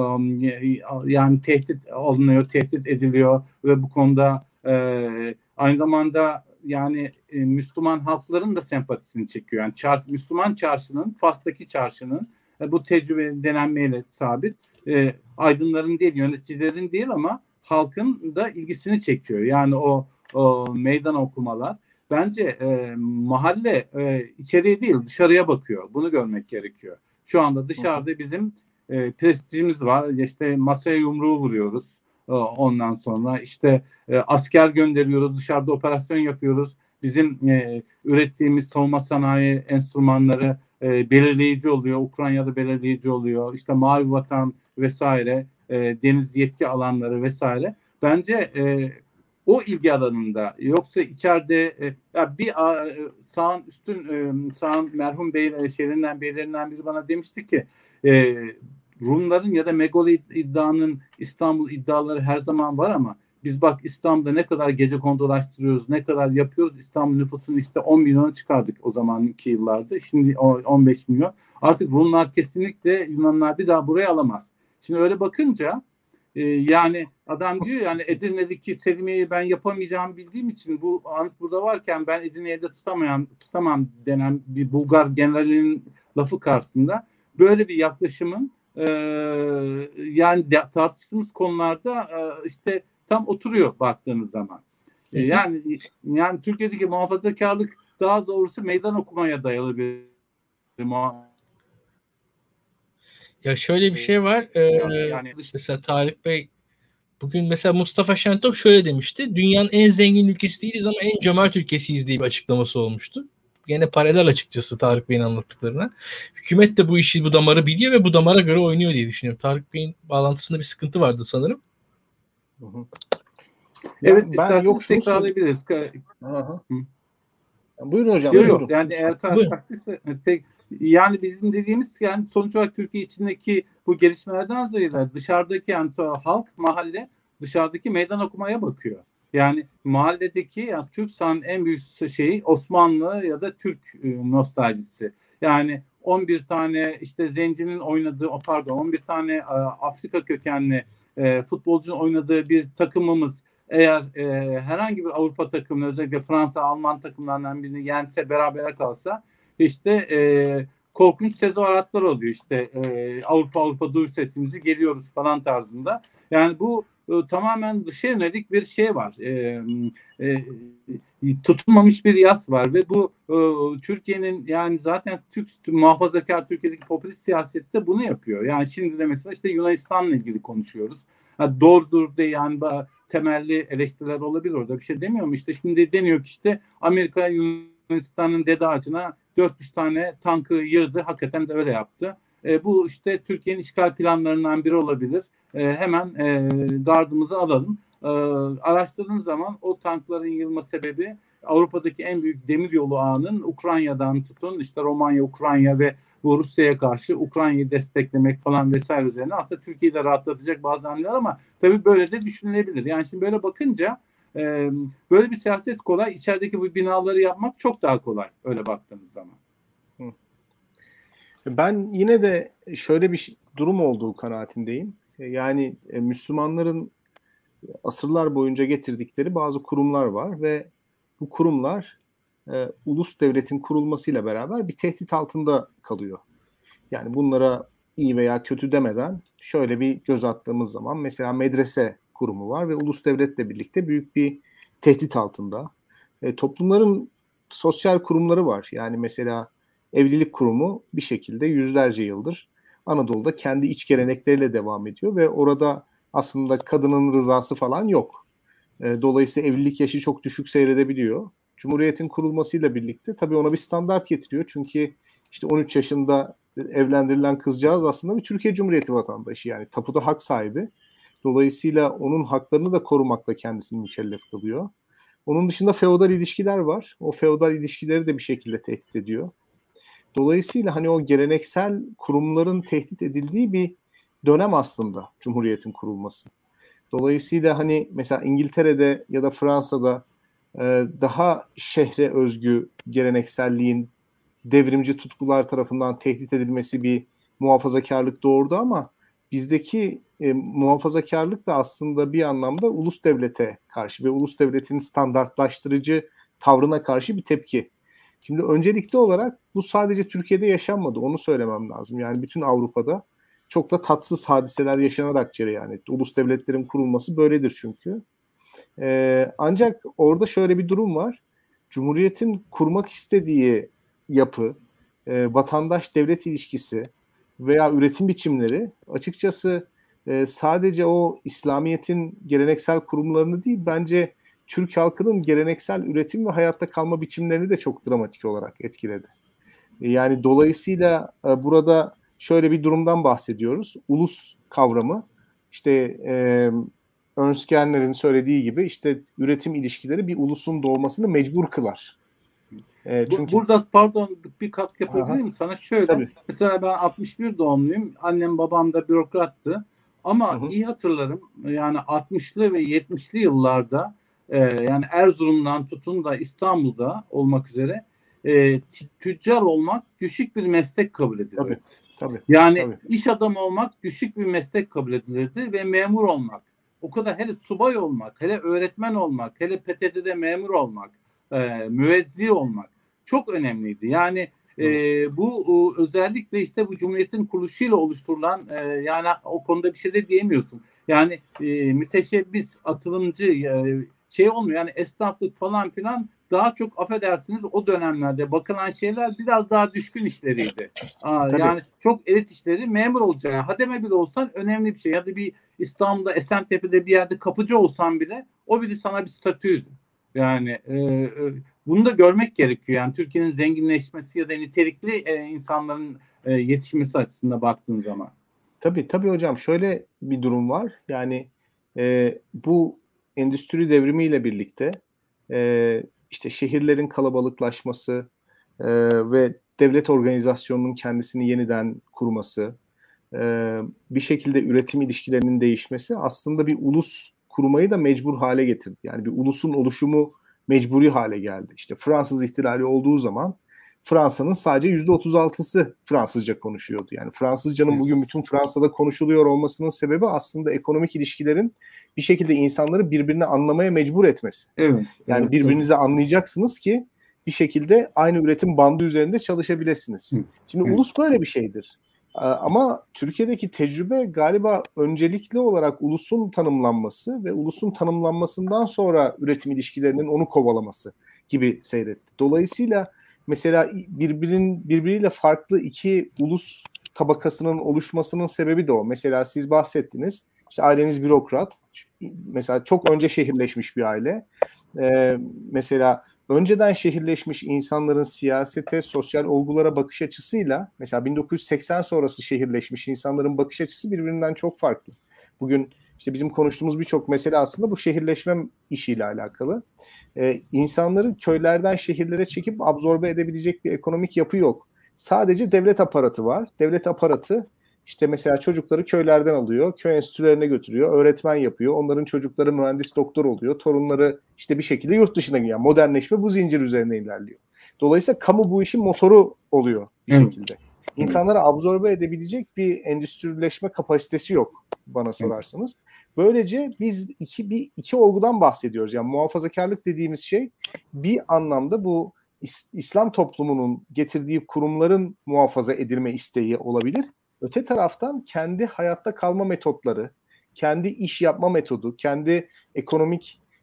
Yani tehdit alınıyor, tehdit ediliyor ve bu konuda aynı zamanda yani Müslüman halkların da sempatisini çekiyor. Yani Müslüman çarşının, Fas'taki çarşının bu tecrübe denenmeyle sabit. Aydınların değil, yöneticilerin değil ama halkın da ilgisini çekiyor. Yani o meydan okumalar. Bence mahalle içeriye değil dışarıya bakıyor. Bunu görmek gerekiyor. Şu anda dışarıda bizim prestijimiz var. İşte masaya yumruğu vuruyoruz. Ondan sonra işte asker gönderiyoruz. Dışarıda operasyon yapıyoruz. Bizim ürettiğimiz savunma sanayi enstrümanları belirleyici oluyor. Ukrayna'da belirleyici oluyor. İşte Mavi Vatan vesaire, deniz yetki alanları vesaire. Bence o ilgi alanında, yoksa içeride bir sağın üstün sağın merhum beylerinden biri bana demişti ki Rumların ya da Megalo iddianın İstanbul iddiaları her zaman var ama biz bak İstanbul'da ne kadar gecekondu dolaştırıyoruz, ne kadar yapıyoruz. İstanbul nüfusunu işte 10 milyona çıkardık o zamanki yıllarda. Şimdi 15 milyon. Artık Rumlar kesinlikle Yunanlar bir daha buraya alamaz. Şimdi öyle bakınca yani adam diyor yani Edirne'deki Selimiye'yi ben yapamayacağımı bildiğim için bu anıt burada varken ben Edirne'yi de tutamam denen bir Bulgar generalinin lafı karşısında böyle bir yaklaşımın yani tartıştığımız konularda işte tam oturuyor baktığınız zaman. Yani Türkiye'deki muhafazakarlık daha doğrusu meydan okumaya dayalı bir ya şöyle bir şey var. Yani mesela Tarık Bey bugün mesela Mustafa Şentop şöyle demişti. Dünyanın en zengin ülkesi değiliz ama en cömert ülkesiyiz diye bir açıklaması olmuştu. Gene paralel açıkçası Tarık Bey'in anlattıklarına. Hükümet de bu damarı biliyor ve bu damara göre oynuyor diye düşünüyorum. Tarık Bey'in bağlantısında bir sıkıntı vardı sanırım. Evet, isterseniz tekrarlayabiliriz. Buyurun hocam. Yok. Yani eğer kastıysa yani bizim dediğimiz yani sonuç olarak Türkiye içindeki bu gelişmelerden ziyade dışarıdaki yani halk, mahalle dışarıdaki meydan okumaya bakıyor. Yani mahalledeki yani Türk sanatının en büyük şeyi Osmanlı ya da Türk nostaljisi. Yani 11 tane işte zencinin oynadığı 11 tane Afrika kökenli futbolcunun oynadığı bir takımımız eğer herhangi bir Avrupa takımını, özellikle Fransa, Alman takımlarından birini yense, berabere kalsa işte korkunç tezahüratlar oluyor. İşte Avrupa duy sesimizi, geliyoruz falan tarzında. Yani bu tamamen dışa yönelik bir şey var. Tutulmamış bir yas var ve bu Türkiye'nin yani zaten muhafazakar Türkiye'deki popülist siyasette bunu yapıyor. Yani şimdi de mesela işte Yunanistan'la ilgili konuşuyoruz. Doğrudur diye yani temelli eleştiriler olabilir, orada bir şey demiyorum. İşte şimdi deniyor ki işte Amerika Yunanistan'ın dede ağacına 400 tane tankı yığdı. Hakikaten de öyle yaptı. Bu işte Türkiye'nin işgal planlarından biri olabilir. Hemen gardımızı alalım. Araştırdığınız zaman o tankların yığılma sebebi Avrupa'daki en büyük demiryolu ağının Ukrayna'dan tutun işte Romanya, Ukrayna ve bu Rusya'ya karşı Ukrayna'yı desteklemek falan vesaire üzerine aslında Türkiye'yi de rahatlatacak bazı hamleler ama tabii böyle de düşünülebilir. Yani şimdi böyle bakınca böyle bir siyaset kolay. İçerideki bu binaları yapmak çok daha kolay öyle baktığınız zaman. Ben yine de şöyle bir durum olduğu kanaatindeyim. Yani Müslümanların asırlar boyunca getirdikleri bazı kurumlar var ve bu kurumlar ulus devletin kurulmasıyla beraber bir tehdit altında kalıyor. Yani bunlara iyi veya kötü demeden şöyle bir göz attığımız zaman mesela medrese kurumu var ve ulus devletle birlikte büyük bir tehdit altında. Toplumların sosyal kurumları var. Yani mesela evlilik kurumu bir şekilde yüzlerce yıldır Anadolu'da kendi iç gelenekleriyle devam ediyor ve orada aslında kadının rızası falan yok. Dolayısıyla evlilik yaşı çok düşük seyredebiliyor. Cumhuriyetin kurulmasıyla birlikte tabii ona bir standart getiriyor. Çünkü işte 13 yaşında evlendirilen kızcağız aslında bir Türkiye Cumhuriyeti vatandaşı, yani tapuda hak sahibi. Dolayısıyla onun haklarını da korumakla kendisini mükellef kılıyor. Onun dışında feodal ilişkiler var. O feodal ilişkileri de bir şekilde tehdit ediyor. Dolayısıyla hani o geleneksel kurumların tehdit edildiği bir dönem aslında Cumhuriyet'in kurulması. Dolayısıyla hani mesela İngiltere'de ya da Fransa'da daha şehre özgü gelenekselliğin devrimci tutkular tarafından tehdit edilmesi bir muhafazakarlık doğurdu ama bizdeki muhafazakarlık da aslında bir anlamda ulus devlete karşı ve ulus devletin standartlaştırıcı tavrına karşı bir tepki. Şimdi öncelikli olarak bu sadece Türkiye'de yaşanmadı, onu söylemem lazım. Yani bütün Avrupa'da çok da tatsız hadiseler yaşanarak cereyan etti. Ulus devletlerin kurulması böyledir çünkü. Ancak orada şöyle bir durum var. Cumhuriyetin kurmak istediği yapı, vatandaş devlet ilişkisi veya üretim biçimleri açıkçası sadece o İslamiyet'in geleneksel kurumlarını değil, bence Türk halkının geleneksel üretim ve hayatta kalma biçimlerini de çok dramatik olarak etkiledi. Yani dolayısıyla burada şöyle bir durumdan bahsediyoruz. Ulus kavramı, işte Ernst Genler'in söylediği gibi, işte üretim ilişkileri bir ulusun doğmasını mecbur kılar. Çünkü burada pardon bir katkı yapabilir miyim sana? Şöyle, tabii. Mesela ben 61 doğumluyum. Annem babam da bürokrattı. Ama iyi hatırlarım, yani 60'lı ve 70'li yıllarda yani Erzurum'dan tutun da İstanbul'da olmak üzere tüccar olmak düşük bir meslek kabul edilirdi. Tabii. Yani iş adamı olmak düşük bir meslek kabul edilirdi ve memur olmak. O kadar, hele subay olmak, hele öğretmen olmak, hele PTT'de memur olmak, müvezzi olmak çok önemliydi. Yani bu özellikle işte bu Cumhuriyet'in kuruluşuyla oluşturulan, yani o konuda bir şey de diyemiyorsun. Yani müteşebbis, atılımcı şey olmuyor. Yani esnaflık falan filan daha çok, affedersiniz, o dönemlerde bakılan şeyler biraz daha düşkün işleriydi. Yani çok elit işleri, memur olacaksın. Yani hademe bile olsan önemli bir şey. Ya da bir İstanbul'da Esentepe'de bir yerde kapıcı olsan bile o bile sana bir statüydü. Yani bunu da görmek gerekiyor. Yani Türkiye'nin zenginleşmesi ya da nitelikli insanların yetişmesi açısından baktığın zaman. Tabii hocam, şöyle bir durum var. Yani bu endüstri devrimiyle birlikte işte şehirlerin kalabalıklaşması ve devlet organizasyonunun kendisini yeniden kurması, bir şekilde üretim ilişkilerinin değişmesi aslında bir ulus kurmayı da mecbur hale getirdi. Yani bir ulusun oluşumu mecburi hale geldi. İşte Fransız ihtilali olduğu zaman Fransa'nın sadece %36'sı Fransızca konuşuyordu. Yani Fransızcanın bugün bütün Fransa'da konuşuluyor olmasının sebebi aslında ekonomik ilişkilerin bir şekilde insanları birbirini anlamaya mecbur etmesi. Yani birbirinizi anlayacaksınız ki bir şekilde aynı üretim bandı üzerinde çalışabilirsiniz. Şimdi ulus böyle bir şeydir. Ama Türkiye'deki tecrübe galiba öncelikli olarak ulusun tanımlanması ve ulusun tanımlanmasından sonra üretim ilişkilerinin onu kovalaması gibi seyretti. Dolayısıyla mesela birbiriyle farklı iki ulus tabakasının oluşmasının sebebi de o. Mesela siz bahsettiniz, işte aileniz bürokrat, mesela çok önce şehirleşmiş bir aile. Mesela önceden şehirleşmiş insanların siyasete, sosyal olgulara bakış açısıyla mesela 1980 sonrası şehirleşmiş insanların bakış açısı birbirinden çok farklı. Bugün işte bizim konuştuğumuz birçok mesele aslında bu şehirleşme işiyle alakalı. İnsanları köylerden şehirlere çekip absorbe edebilecek bir ekonomik yapı yok. Sadece devlet aparatı var. Devlet aparatı işte mesela çocukları köylerden alıyor, köy enstitülerine götürüyor, öğretmen yapıyor. Onların çocukları mühendis, doktor oluyor. Torunları işte bir şekilde yurt dışına gidiyor. Yani modernleşme bu zincir üzerine ilerliyor. Dolayısıyla kamu bu işin motoru oluyor bir şekilde. İnsanları absorbe edebilecek bir endüstrileşme kapasitesi yok bana sorarsanız. Böylece biz iki olgudan bahsediyoruz. Yani muhafazakarlık dediğimiz şey bir anlamda bu İslam toplumunun getirdiği kurumların muhafaza edilme isteği olabilir. Öte taraftan kendi hayatta kalma metotları, kendi iş yapma metodu, kendi ekonomik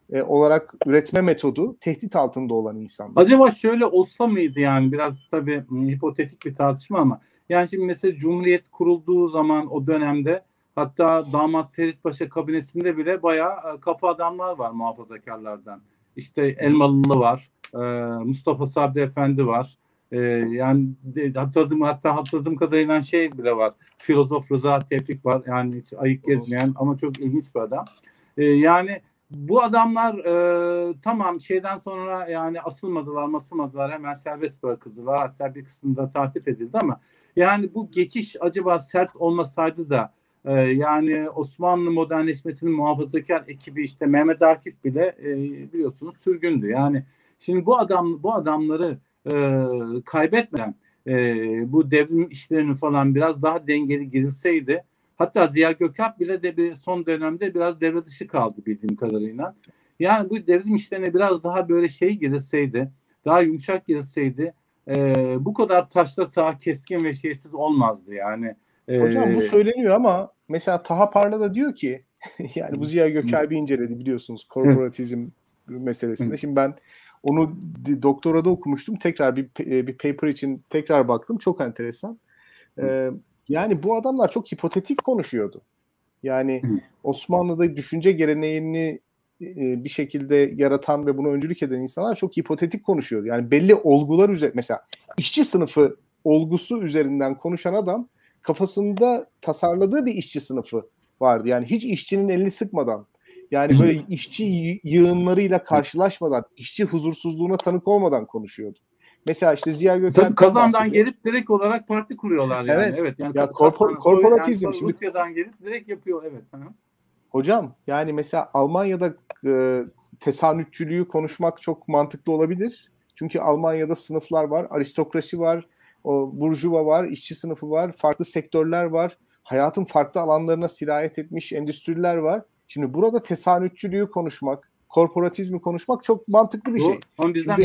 olarak üretme metodu tehdit altında olan insanlar. Acaba şöyle olsa mıydı yani, biraz tabii hipotetik bir tartışma ama yani şimdi mesela Cumhuriyet kurulduğu zaman o dönemde, hatta damat Ferit Paşa kabinesinde bile bayağı kafa adamlar var muhafazakarlardan. İşte Elmalılı var, Mustafa Sabri Efendi var. Yani hatırladığım kadarıyla şey bile var. Filozof Rıza Tevfik var. Yani hiç ayık gezmeyen ama çok ilginç bir adam. Yani bu adamlar tamam şeyden sonra yani asılmadılar, hemen serbest bırakıldılar. Hatta bir kısmında tahtip edildi ama yani bu geçiş acaba sert olmasaydı da yani Osmanlı modernleşmesinin muhafazakar ekibi, işte Mehmet Akif bile biliyorsunuz sürgündü. Yani şimdi bu adamları kaybetmeden bu devrim işlerini falan biraz daha dengeli girilseydi, hatta Ziya Gökalp bile de son dönemde biraz devre dışı kaldı bildiğim kadarıyla. Yani bu devrim işlerine biraz daha böyle girilseydi, daha yumuşak girilseydi bu kadar taşla sağ keskin ve şeysiz olmazdı yani. Hocam bu söyleniyor ama mesela Taha Parla da diyor ki yani bu Ziya Gökalp'i inceledi biliyorsunuz korporatizm meselesinde. Şimdi ben onu doktorada okumuştum. Tekrar bir paper için tekrar baktım. Çok enteresan. Yani bu adamlar çok hipotetik konuşuyordu. Yani Osmanlı'da düşünce geleneğini bir şekilde yaratan ve buna öncülük eden insanlar çok hipotetik konuşuyordu. Yani belli olgular üzerine, mesela işçi sınıfı olgusu üzerinden konuşan adam kafasında tasarladığı bir işçi sınıfı vardı. Yani hiç işçinin elini sıkmadan, yani böyle işçi yığınlarıyla karşılaşmadan, işçi huzursuzluğuna tanık olmadan konuşuyordu. Mesela işte Ziya Gökalp'ten Kazan'dan gelip direkt olarak parti kuruyorlar yani. Evet yani ya korporatizm yani Rusya'dan gelip direkt yapıyor, evet. Hocam yani mesela Almanya'da tesanütçülüğü konuşmak çok mantıklı olabilir. Çünkü Almanya'da sınıflar var, aristokrasi var, o burjuva var, işçi sınıfı var, farklı sektörler var. Hayatın farklı alanlarına sirayet etmiş endüstriler var. Şimdi burada tesanütçülüğü konuşmak, korporatizmi konuşmak çok mantıklı bir şey. Ama bizden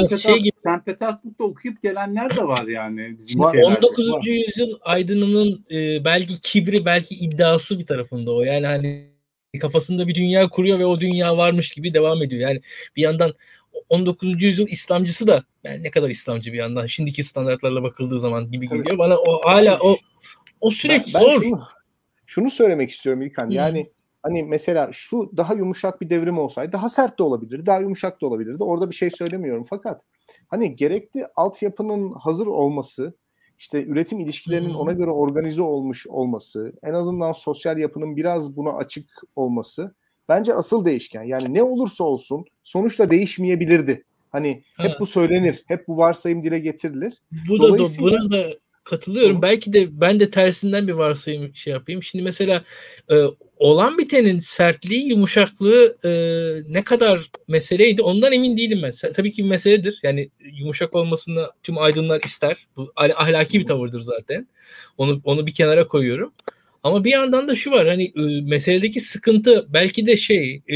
St. Petersburg'da okuyup gelenler de var yani. 19. yüzyıl aydınının belki kibri, belki iddiası bir tarafında o. Yani hani kafasında bir dünya kuruyor ve o dünya varmış gibi devam ediyor. Yani bir yandan 19. yüzyıl İslamcısı da, yani ne kadar İslamcı bir yandan şimdiki standartlarla bakıldığı zaman gibi geliyor. Bana o hala o süreç ben zor. Şunu söylemek istiyorum İlkan. Yani hani mesela şu daha yumuşak bir devrim olsaydı daha sert de olabilirdi, daha yumuşak da olabilirdi. Orada bir şey söylemiyorum fakat hani gerekli altyapının hazır olması, işte üretim ilişkilerinin ona göre organize olmuş olması, en azından sosyal yapının biraz buna açık olması bence asıl değişken. Yani ne olursa olsun sonuçta değişmeyebilirdi. Hani hep bu söylenir, hep bu varsayım dile getirilir. Buna da katılıyorum. Belki de ben de tersinden bir varsayım yapayım. Şimdi mesela olan bitenin sertliği, yumuşaklığı ne kadar meseleydi ondan emin değilim ben. Tabii ki bir meseledir. Yani yumuşak olmasını tüm aydınlar ister. Bu ahlaki bir tavırdır zaten. Onu bir kenara koyuyorum. Ama bir yandan da şu var, hani meseledeki sıkıntı belki de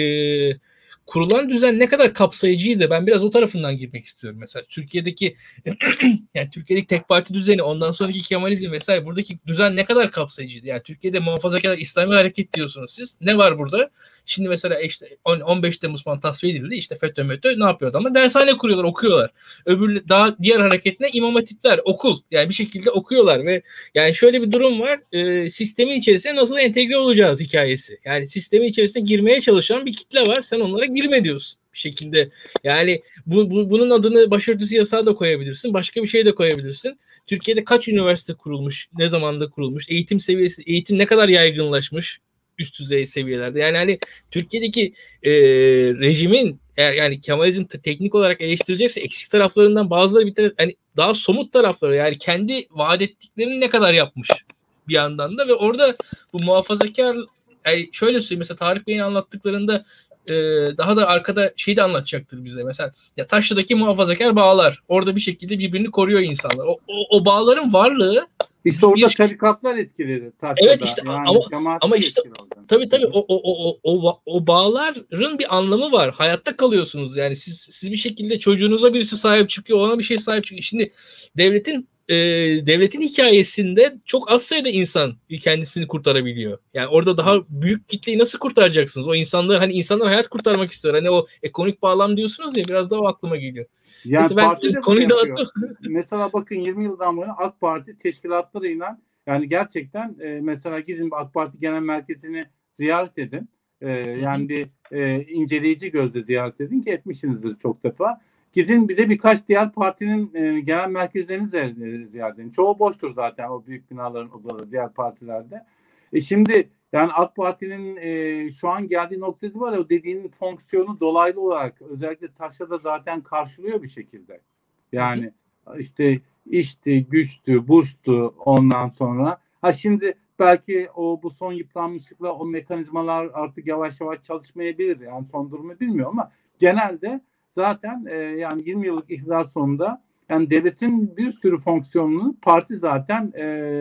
kurulan düzen ne kadar kapsayıcıydı. Ben biraz o tarafından girmek istiyorum. Mesela Türkiye'deki yani Türkiye'deki tek parti düzeni, ondan sonraki Kemalizm vesaire, buradaki düzen ne kadar kapsayıcıydı. Yani Türkiye'de muhafazakar İslami hareket diyorsunuz siz. Ne var burada? Şimdi mesela işte 15 Temmuz falan tasfiye edildi. İşte FETÖ ne yapıyor adamlar? Dershane kuruyorlar, okuyorlar. Diğer hareketine imam hatipler, okul. Yani bir şekilde okuyorlar ve yani şöyle bir durum var. Sistemin içerisine nasıl entegre olacağız hikayesi. Yani sistemin içerisine girmeye çalışan bir kitle var. Sen onlara girme diyorsun bir şekilde. Yani bunun adını başörtüsü yasağı da koyabilirsin. Başka bir şey de koyabilirsin. Türkiye'de kaç üniversite kurulmuş? Ne zamanda kurulmuş? Eğitim ne kadar yaygınlaşmış? Üst düzey seviyelerde. Yani hani Türkiye'deki rejimin, eğer yani Kemalizm teknik olarak eleştirecekse eksik taraflarından bazıları hani daha somut tarafları, yani kendi vaat ettiklerini ne kadar yapmış bir yandan da, ve orada bu muhafazakar, yani şöyle söyleyeyim, mesela Tarık Bey'in anlattıklarında daha da arkada de anlatacaktır bize. Mesela ya Taşlı'daki muhafazakar bağlar. Orada bir şekilde birbirini koruyor insanlar. O bağların varlığı, İşte orada tarikatlar etkileri Taşlı'da. Evet işte yani ama işte tabii o bağların bir anlamı var. Hayatta kalıyorsunuz. Yani siz bir şekilde çocuğunuza birisi sahip çıkıyor, ona bir şey sahip çıkıyor. Şimdi devletin devletin hikayesinde çok az sayıda insan kendisini kurtarabiliyor. Yani orada daha büyük kitleyi nasıl kurtaracaksınız? O insanlar, hani insanlar hayat kurtarmak istiyor. Hani o ekonomik bağlam diyorsunuz ya, biraz daha o aklıma geliyor. Yani neyse, ben parti de konuyu dağıttım. Mesela bakın 20 yıldan beri AK Parti teşkilatlarıyla, yani gerçekten mesela gidin AK Parti Genel Merkezi'ni ziyaret edin. Yani bir inceleyici gözle ziyaret edin ki etmişsinizdir çok defa. Gidin bir de birkaç diğer partinin genel merkezlerini ziyaret edin. Çoğu boştur zaten o büyük binaların odaları diğer partilerde. Şimdi yani AK Parti'nin şu an geldiği noktada var ya, o dediğinin fonksiyonu dolaylı olarak özellikle taşrada zaten karşılıyor bir şekilde. Yani işte işti, güçtü, burstu ondan sonra. Şimdi belki bu son yıpranmışlıkla o mekanizmalar artık yavaş yavaş çalışmayabilir. Yani son durumu bilmiyorum ama genelde zaten yani 20 yıllık iktidar sonunda yani devletin bir sürü fonksiyonunu parti zaten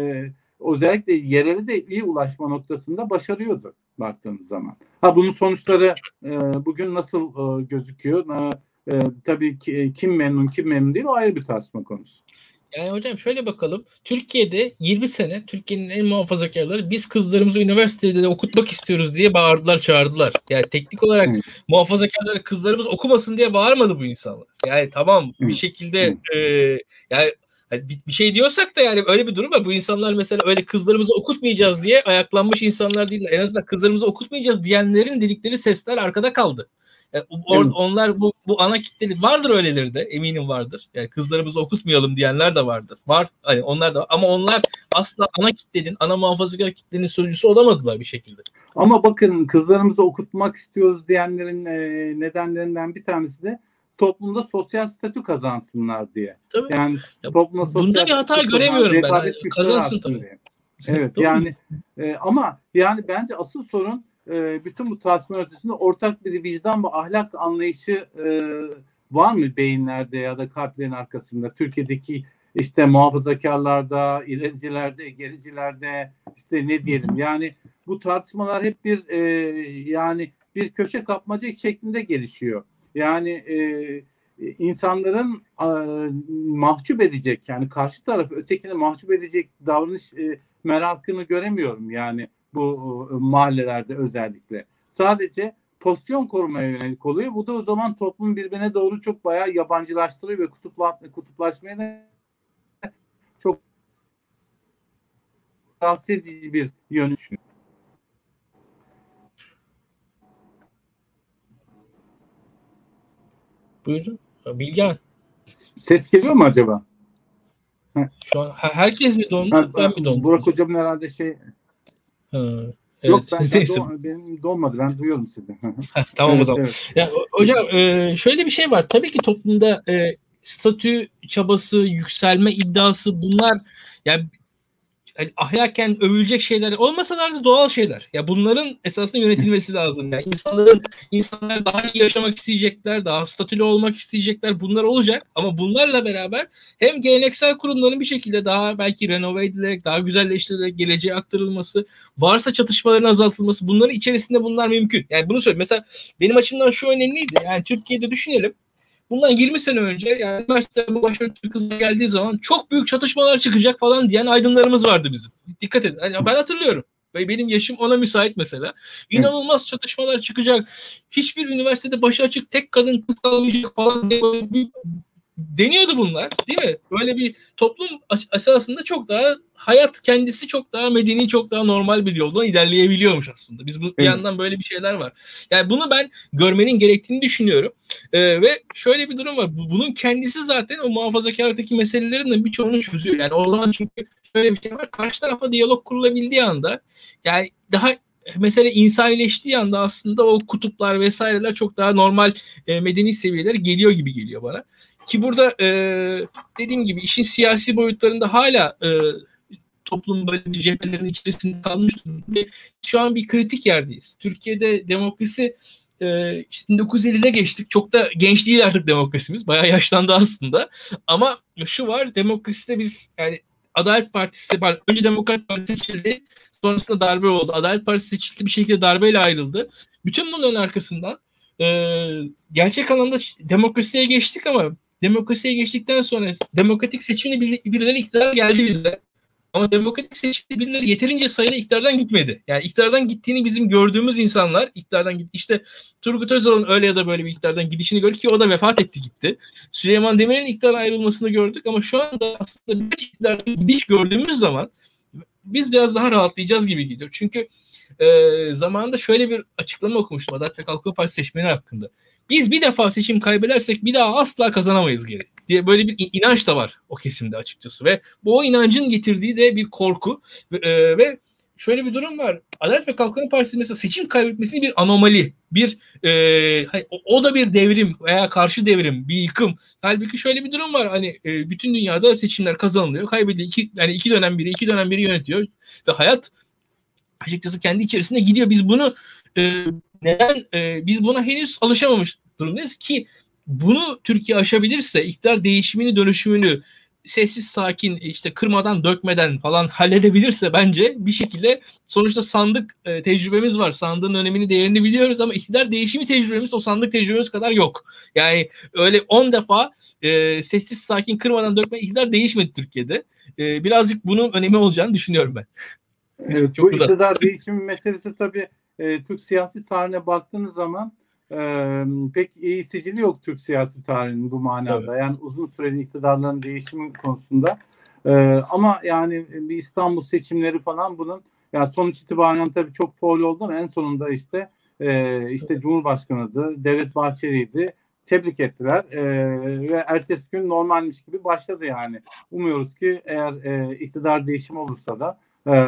özellikle yerele de iyi ulaşma noktasında başarıyordu baktığınız zaman. Bunun sonuçları bugün nasıl gözüküyor? Tabii ki kim memnun kim memnun değil, o ayrı bir tartışma konusu. Yani hocam şöyle bakalım. Türkiye'de 20 sene Türkiye'nin en muhafazakarları biz kızlarımızı üniversitede de okutmak istiyoruz diye bağırdılar, çağırdılar. Yani teknik olarak muhafazakarları kızlarımız okumasın diye bağırmadı bu insanlar. Yani tamam bir şekilde yani bir şey diyorsak da yani öyle bir durum var. Bu insanlar mesela öyle kızlarımızı okutmayacağız diye ayaklanmış insanlar değiller. En azından kızlarımızı okutmayacağız diyenlerin dedikleri sesler arkada kaldı. Yani onlar bu ana kitleli vardır, öyleleri de eminim vardır. Yani kızlarımızı okutmayalım diyenler de vardır. Var. Hani onlar da var. Ama onlar asla ana kitlenin, ana muhafazakar kitlenin sözcüsü olamadılar bir şekilde. Ama bakın kızlarımızı okutmak istiyoruz diyenlerin nedenlerinden bir tanesi de toplumda sosyal statü kazansınlar diye. Tabii. Yani toplumda sosyal bunda bir hata göremiyorum ben. Yani kazansın tabii. Diye. Evet. Yani ama yani bence asıl sorun bütün bu tartışma ötesinde ortak bir vicdan ve ahlak anlayışı var mı beyinlerde ya da kalplerin arkasında? Türkiye'deki işte muhafazakarlarda, ilericilerde, gericilerde, işte ne diyelim, yani bu tartışmalar hep bir yani bir köşe kapmaca şeklinde gelişiyor. Yani insanların mahcup edecek, yani karşı tarafı, ötekini mahcup edecek davranış merakını göremiyorum yani bu mahallelerde özellikle. Sadece pozisyon korumaya yönelik oluyor. Bu da o zaman toplumu birbirine doğru çok bayağı yabancılaştırıyor ve kutuplaşmaya da çok rahatsız edici bir yönü. Buyurun. Bilgehan. Ses geliyor mu acaba? Şu an herkes mi dondu? Ben mi dondum? Burak hocamın herhalde Evet. Yok benim donmadı. Ben duyuyorum sizi. Tamam evet, o zaman. Evet. Ya, hocam şöyle bir şey var. Tabii ki toplumda statü çabası, yükselme iddiası, bunlar yani ahlaken övülecek şeyler olmasalar da doğal şeyler. Ya bunların esasında yönetilmesi lazım. Yani insanlar daha iyi yaşamak isteyecekler, daha statülü olmak isteyecekler. Bunlar olacak ama bunlarla beraber hem geleneksel kurumların bir şekilde daha belki renove edilerek, daha güzelleştirilerek geleceğe aktarılması, varsa çatışmaların azaltılması, bunların içerisinde bunlar mümkün. Yani bunu söyleyeyim. Mesela benim açımdan şu önemliydi. Yani Türkiye'de düşünelim. Bundan 20 sene önce yani üniversitede bu başörtülü kızlar geldiği zaman çok büyük çatışmalar çıkacak falan diyen aydınlarımız vardı bizim. Dikkat edin. Yani ben hatırlıyorum. Benim yaşım ona müsait mesela. İnanılmaz çatışmalar çıkacak. Hiçbir üniversitede başı açık tek kadın kız kalmayacak falan diye deniyordu bunlar, değil mi? Böyle bir toplum esasında çok daha, hayat kendisi çok daha medeni, çok daha normal bir yoldan ilerleyebiliyormuş aslında. Biz bir yandan böyle bir şeyler var. Yani bunu ben görmenin gerektiğini düşünüyorum. Ve şöyle bir durum var. Bunun kendisi zaten o muhafazakarlıktaki meselelerin de birçoğunu çözüyor. Yani o zaman çünkü şöyle bir şey var. Karşı tarafa diyalog kurulabildiği anda, yani daha mesele insanileştiği anda aslında o kutuplar vesaireler çok daha normal medeni seviyelere geliyor gibi geliyor bana. Ki burada dediğim gibi işin siyasi boyutlarında hala toplum böyle bir cephelerin içerisinde kalmış durumda. Şu an bir kritik yerdeyiz. Türkiye'de demokrasi işte 1950'de geçtik. Çok da genç değil artık demokrasimiz. Bayağı yaşlandı aslında. Ama şu var, demokraside biz yani Adalet Partisi, önce Demokrat Parti seçildi. Sonrasında darbe oldu. Adalet Partisi seçildi, bir şekilde darbeyle ayrıldı. Bütün bunların arkasından gerçek anlamda demokrasiye geçtik ama demokrasiye geçtikten sonra demokratik seçimle birileri iktidar geldi bize. Ama demokratik seçimde birileri yeterince sayıda iktidardan gitmedi. Yani iktidardan gittiğini bizim gördüğümüz insanlar iktidardan gitti. İşte Turgut Özal'ın öyle ya da böyle bir iktidardan gidişini gördük ki o da vefat etti gitti. Süleyman Demirel'in iktidardan ayrılmasını gördük ama şu anda aslında birkaç iktidardan gidiş gördüğümüz zaman biz biraz daha rahatlayacağız gibi gidiyor. Çünkü zamanında şöyle bir açıklama okumuştum Adalet ve Kalkınma Partisi seçmeni hakkında. Biz bir defa seçim kaybedersek bir daha asla kazanamayız geri diye böyle bir inanç da var o kesimde açıkçası ve bu o inancın getirdiği de bir korku ve şöyle bir durum var. Adalet ve Kalkınma Partisi mesela seçim kaybetmesini bir anomali, bir o da bir devrim veya karşı devrim, bir yıkım. Halbuki şöyle bir durum var. Hani bütün dünyada seçimler kazanılıyor, kaybediliyor. İki dönem biri yönetiyor ve hayat açıkçası kendi içerisinde gidiyor. Biz bunu neden biz buna henüz alışamamış durumdayız ki bunu Türkiye aşabilirse iktidar değişimini, dönüşümünü sessiz sakin işte kırmadan dökmeden falan halledebilirse bence bir şekilde sonuçta sandık tecrübemiz var. Sandığın önemini, değerini biliyoruz ama iktidar değişimi tecrübemiz o sandık tecrübemiz kadar yok. Yani öyle 10 defa sessiz sakin kırmadan dökme iktidar değişmedi Türkiye'de. Birazcık bunun önemi olacağını düşünüyorum ben. Evet, bu iktidar değişimi meselesi tabii Türk siyasi tarihine baktığınız zaman pek iyi sicili yok Türk siyasi tarihinin bu manada. Evet. Yani uzun süreli iktidarların değişimi konusunda. Ama yani bir İstanbul seçimleri falan bunun yani sonuç itibariyle tabii çok faul oldu ama en sonunda işte Cumhurbaşkanı'ydı, Devlet Bahçeli'ydi. Tebrik ettiler ve ertesi gün normalmiş gibi başladı yani. Umuyoruz ki eğer iktidar değişimi olursa da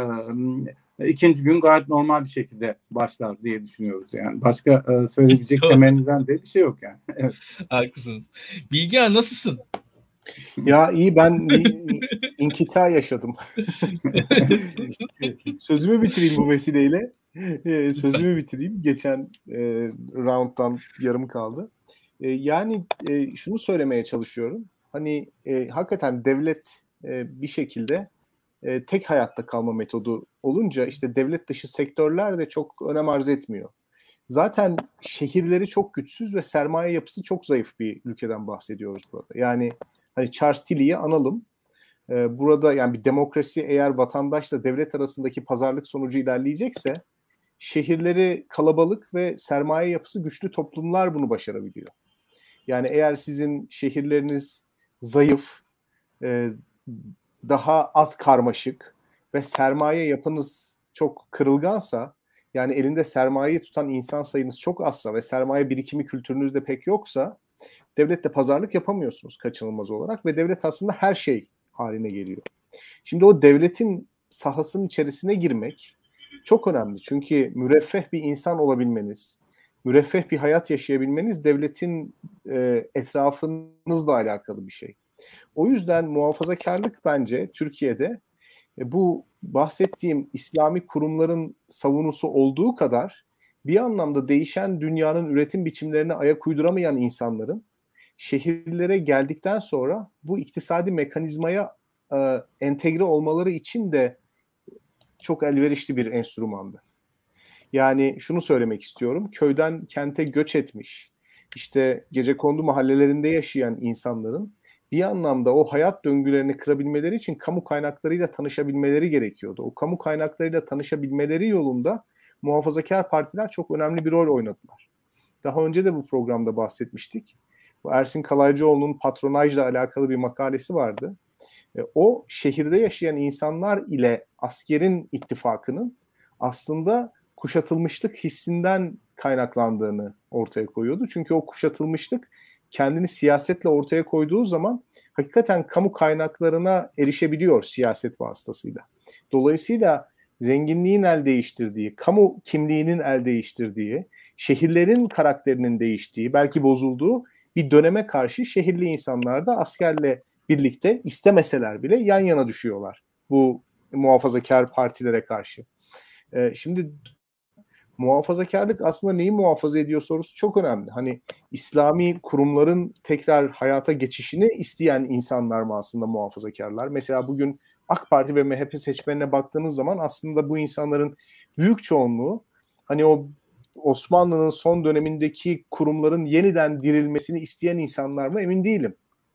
ikinci gün gayet normal bir şekilde başlar diye düşünüyoruz yani. Başka söyleyebilecek temenninden de bir şey yok yani. Evet. Haklısınız. Bilgehan nasılsın? Ya iyi, ben inkita yaşadım. Sözümü bitireyim bu vesileyle. Sözümü bitireyim. Geçen round'dan yarım kaldı. Yani şunu söylemeye çalışıyorum. Hani hakikaten devlet bir şekilde tek hayatta kalma metodu olunca işte devlet dışı sektörler de çok önem arz etmiyor. Zaten şehirleri çok güçsüz ve sermaye yapısı çok zayıf bir ülkeden bahsediyoruz burada. Yani hani Charles Tilly'yi analım. Burada yani bir demokrasi eğer vatandaşla devlet arasındaki pazarlık sonucu ilerleyecekse şehirleri kalabalık ve sermaye yapısı güçlü toplumlar bunu başarabiliyor. Yani eğer sizin şehirleriniz zayıf, daha az karmaşık ve sermaye yapınız çok kırılgansa, yani elinde sermayeyi tutan insan sayınız çok azsa ve sermaye birikimi kültürünüzde pek yoksa devletle pazarlık yapamıyorsunuz kaçınılmaz olarak ve devlet aslında her şey haline geliyor. Şimdi o devletin sahasının içerisine girmek çok önemli. Çünkü müreffeh bir insan olabilmeniz, müreffeh bir hayat yaşayabilmeniz devletin etrafınızla alakalı bir şey. O yüzden muhafazakarlık bence Türkiye'de bu bahsettiğim İslami kurumların savunusu olduğu kadar bir anlamda değişen dünyanın üretim biçimlerine ayak uyduramayan insanların şehirlere geldikten sonra bu iktisadi mekanizmaya entegre olmaları için de çok elverişli bir enstrümandı. Yani şunu söylemek istiyorum. Köyden kente göç etmiş, işte gecekondu mahallelerinde yaşayan insanların bir anlamda o hayat döngülerini kırabilmeleri için kamu kaynaklarıyla tanışabilmeleri gerekiyordu. O kamu kaynaklarıyla tanışabilmeleri yolunda muhafazakar partiler çok önemli bir rol oynadılar. Daha önce de bu programda bahsetmiştik. Bu Ersin Kalaycıoğlu'nun patronajla alakalı bir makalesi vardı. O şehirde yaşayan insanlar ile askerin ittifakının aslında kuşatılmışlık hissinden kaynaklandığını ortaya koyuyordu. Çünkü o kuşatılmışlık kendini siyasetle ortaya koyduğu zaman hakikaten kamu kaynaklarına erişebiliyor siyaset vasıtasıyla. Dolayısıyla zenginliğin el değiştirdiği, kamu kimliğinin el değiştirdiği, şehirlerin karakterinin değiştiği, belki bozulduğu bir döneme karşı şehirli insanlar da askerle birlikte istemeseler bile yan yana düşüyorlar bu muhafazakar partilere karşı. Şimdi muhafazakarlık aslında neyi muhafaza ediyor sorusu çok önemli. Hani İslami kurumların tekrar hayata geçişini isteyen insanlar mı aslında muhafazakarlar? Mesela bugün AK Parti ve MHP seçmenine baktığınız zaman aslında bu insanların büyük çoğunluğu hani o Osmanlı'nın son dönemindeki kurumların yeniden dirilmesini isteyen insanlar mı emin değilim.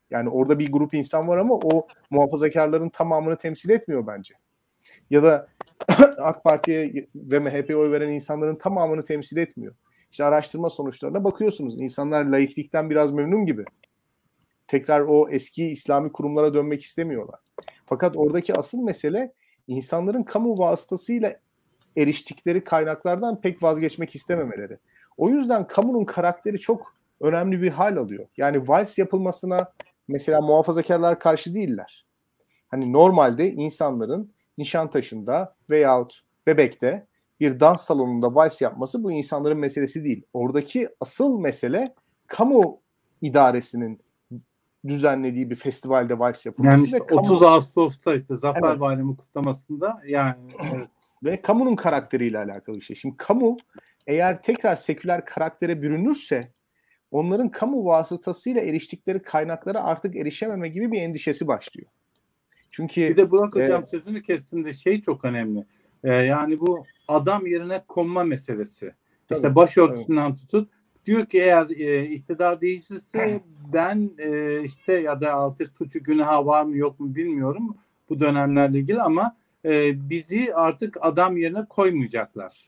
Yani orada bir grup insan var ama o muhafazakarların tamamını temsil etmiyor bence. Ya da AK Parti'ye ve MHP'ye oy veren insanların tamamını temsil etmiyor. İşte araştırma sonuçlarına bakıyorsunuz. İnsanlar laiklikten biraz memnun gibi. Tekrar o eski İslami kurumlara dönmek istemiyorlar. Fakat oradaki asıl mesele insanların kamu vasıtasıyla eriştikleri kaynaklardan pek vazgeçmek istememeleri. O yüzden kamunun karakteri çok önemli bir hal alıyor. Yani vals yapılmasına mesela muhafazakarlar karşı değiller. Hani normalde insanların Nişantaşı'nda veyahut Bebek'te bir dans salonunda vals yapması bu insanların meselesi değil. Oradaki asıl mesele kamu idaresinin düzenlediği bir festivalde vals yapılması. Yani işte ve 30 Ağustos'ta işte Zafer Evet. Bayramı kutlamasında yani evet. Ve kamunun karakteriyle alakalı bir şey. Şimdi kamu eğer tekrar seküler karaktere bürünürse onların kamu vasıtasıyla eriştikleri kaynaklara artık erişememe gibi bir endişesi başlıyor. Çünkü bir de Burak Hocam sözünü kestim de şey çok önemli. Yani bu adam yerine konma meselesi. Tabii, işte başörtüsünden tutun. Diyor ki eğer iktidar değişirse ben işte ya da artık suçu günaha var mı yok mu bilmiyorum bu dönemlerle ilgili ama bizi artık adam yerine koymayacaklar.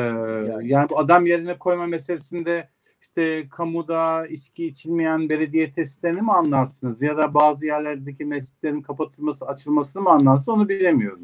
Yani bu adam yerine koyma meselesinde işte kamuda içki içilmeyen belediye tesislerini mi anlarsınız ya da bazı yerlerdeki mescitlerin kapatılması, açılmasını mı anlarsınız onu bilemiyorum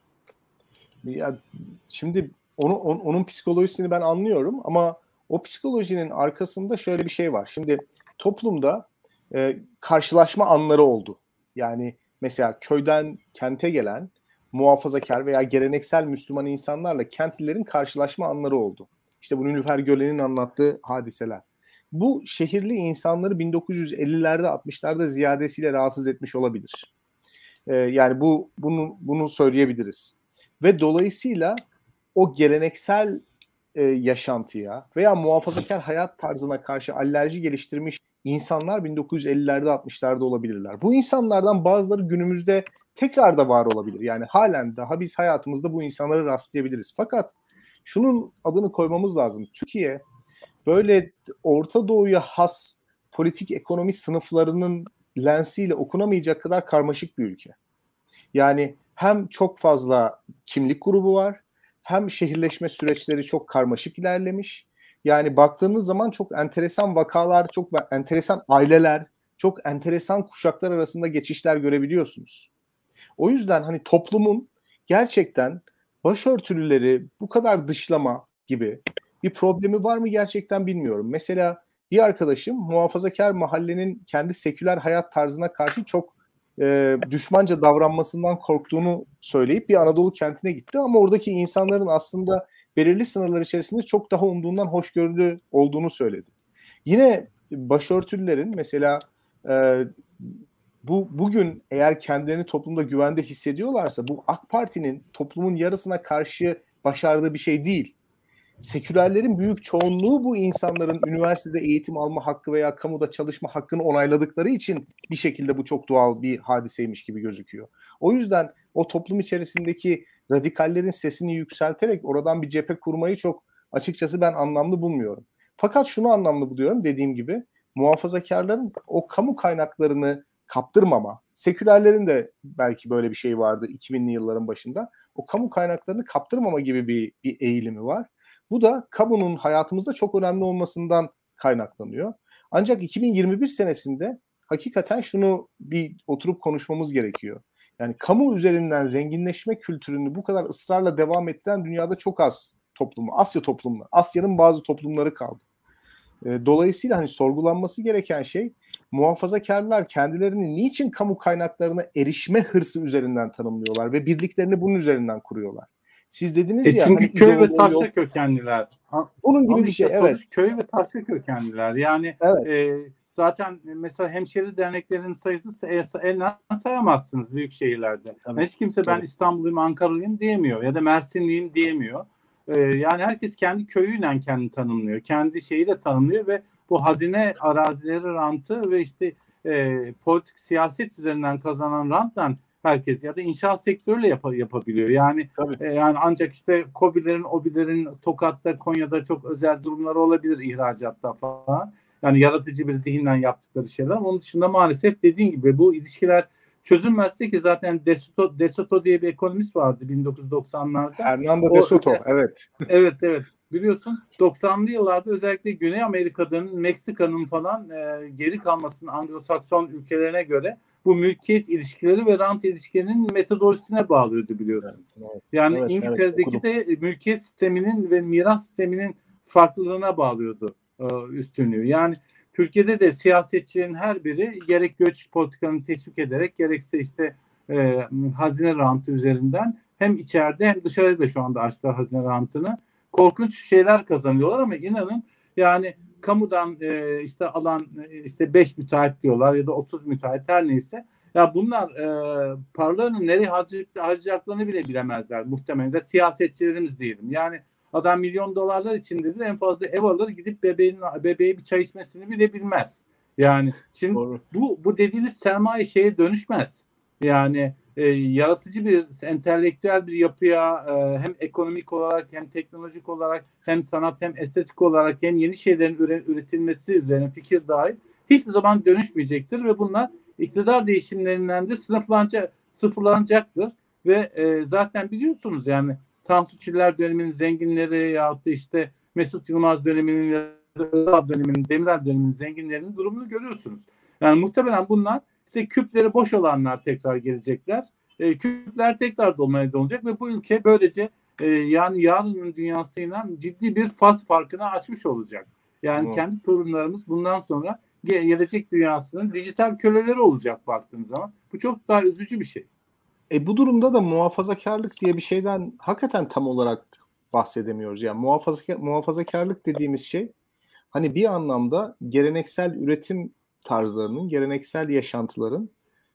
yani. Ya şimdi onun psikolojisini ben anlıyorum ama o psikolojinin arkasında şöyle bir şey var. Şimdi toplumda karşılaşma anları oldu. Yani mesela köyden kente gelen muhafazakar veya geleneksel Müslüman insanlarla kentlilerin karşılaşma anları oldu. İşte bu Nilüfer Gölen'in anlattığı hadiseler. Bu şehirli insanları 1950'lerde 60'larda ziyadesiyle rahatsız etmiş olabilir. Yani bunu söyleyebiliriz. Ve dolayısıyla o geleneksel yaşantıya veya muhafazakar hayat tarzına karşı alerji geliştirmiş insanlar 1950'lerde 60'larda olabilirler. Bu insanlardan bazıları günümüzde tekrar da var olabilir. Yani halen daha biz hayatımızda bu insanları rastlayabiliriz. Fakat şunun adını koymamız lazım. Türkiye böyle Orta Doğu'ya has politik ekonomi sınıflarının lensiyle okunamayacak kadar karmaşık bir ülke. Yani hem çok fazla kimlik grubu var, hem şehirleşme süreçleri çok karmaşık ilerlemiş. Yani baktığınız zaman çok enteresan vakalar, çok enteresan aileler, çok enteresan kuşaklar arasında geçişler görebiliyorsunuz. O yüzden hani toplumun gerçekten başörtülüleri bu kadar dışlama gibi bir problemi var mı gerçekten bilmiyorum. Mesela bir arkadaşım muhafazakar mahallenin kendi seküler hayat tarzına karşı çok düşmanca davranmasından korktuğunu söyleyip bir Anadolu kentine gitti ama oradaki insanların aslında belirli sınırlar içerisinde çok daha umduğundan hoşgörülü olduğunu söyledi. Yine başörtülülerin mesela bugün eğer kendilerini toplumda güvende hissediyorlarsa bu AK Parti'nin toplumun yarısına karşı başardığı bir şey değil. Sekülerlerin büyük çoğunluğu bu insanların üniversitede eğitim alma hakkı veya kamuda çalışma hakkını onayladıkları için bir şekilde bu çok doğal bir hadiseymiş gibi gözüküyor. O yüzden o toplum içerisindeki radikallerin sesini yükselterek oradan bir cephe kurmayı çok açıkçası ben anlamlı bulmuyorum. Fakat şunu anlamlı buluyorum dediğim gibi muhafazakarların o kamu kaynaklarını kaptırmama, sekülerlerin de belki böyle bir şey vardı 2000'li yılların başında. O kamu kaynaklarını kaptırmama gibi bir eğilimi var. Bu da kamunun hayatımızda çok önemli olmasından kaynaklanıyor. Ancak 2021 senesinde hakikaten şunu bir oturup konuşmamız gerekiyor. Yani kamu üzerinden zenginleşme kültürünü bu kadar ısrarla devam ettiren dünyada çok az toplumu, Asya toplumları, Asya'nın bazı toplumları kaldı. Dolayısıyla hani sorgulanması gereken şey muhafazakarlar kendilerini niçin kamu kaynaklarına erişme hırsı üzerinden tanımlıyorlar ve birliklerini bunun üzerinden kuruyorlar. Siz dediniz ya çünkü hani köy ve taşra kökenliler. Bunun gibi bir şey evet. Köy ve taşra kökenliler. Yani evet. Zaten mesela hemşeri derneklerin sayısı elden sayamazsınız büyük şehirlerde. Evet. Hiç kimse ben İstanbulluyum, Ankaralıyım diyemiyor ya da Mersinliyim diyemiyor. Yani herkes kendi köyüyle kendini tanımlıyor. Kendi şeyiyle tanımlıyor ve bu hazine arazileri rantı ve işte politik siyaset üzerinden kazanan rantla herkes ya da inşaat sektörüyle yapabiliyor. Yani yani ancak işte KOBİ'lerin, OBİ'lerin Tokat'ta, Konya'da çok özel durumları olabilir ihracatta falan. Yani yaratıcı bir zihinden yaptıkları şeyler. Onun dışında maalesef dediğin gibi bu ilişkiler çözülmezse ki zaten De Soto diye bir ekonomist vardı 1990'larda. Fernando De Soto, evet. Evet. Biliyorsun 90'lı yıllarda özellikle Güney Amerika'nın, Meksika'nın falan geri kalmasının Anglo-Sakson ülkelerine göre bu mülkiyet ilişkileri ve rant ilişkilerinin metodolojisine bağlıyordu biliyorsun. Yani İngiltere'deki de mülkiyet sisteminin ve miras sisteminin farklılığına bağlıyordu üstünlüğü. Yani Türkiye'de de siyasetçilerin her biri gerek göç politikanı teşvik ederek gerekse işte hazine rantı üzerinden hem içeride hem dışarıda da şu anda açtılar hazine rantını. Korkunç şeyler kazanıyorlar ama inanın yani kamudan işte alan işte 5 müteahhit diyorlar ya da 30 müteahhit her neyse. Ya bunlar paralarını nereye harcayacaklarını bile bilemezler muhtemelen de siyasetçilerimiz diyelim. Yani adam milyon dolarlar içindedir en fazla ev alır gidip bebeğe bir çay içmesini bile bilmez. Yani şimdi bu dediğiniz sermaye şeye dönüşmez. Yani yaratıcı bir entelektüel bir yapıya hem ekonomik olarak hem teknolojik olarak hem sanat hem estetik olarak hem yeni şeylerin üretilmesi üzerine fikir dahil hiçbir zaman dönüşmeyecektir ve bunlar iktidar değişimlerinden de sıfırlanacaktır ve zaten biliyorsunuz yani Tansu Çiller döneminin zenginleri yahut da işte Mesut Yılmaz döneminin ya da Özal döneminin, Demirel döneminin zenginlerinin durumunu görüyorsunuz. Yani muhtemelen bunlar işte küpleri boş olanlar tekrar gelecekler. Küpler tekrar dolmaya dolacak ve bu ülke böylece yani yarının dünyasıyla ciddi bir faz farkını açmış olacak. Yani kendi torunlarımız bundan sonra gelecek dünyasının dijital köleleri olacak baktığınız zaman. Bu çok daha üzücü bir şey. Bu durumda da muhafazakarlık diye bir şeyden hakikaten tam olarak bahsedemiyoruz. Yani muhafazakarlık dediğimiz şey hani bir anlamda geleneksel üretim tarzlarının, geleneksel yaşantıların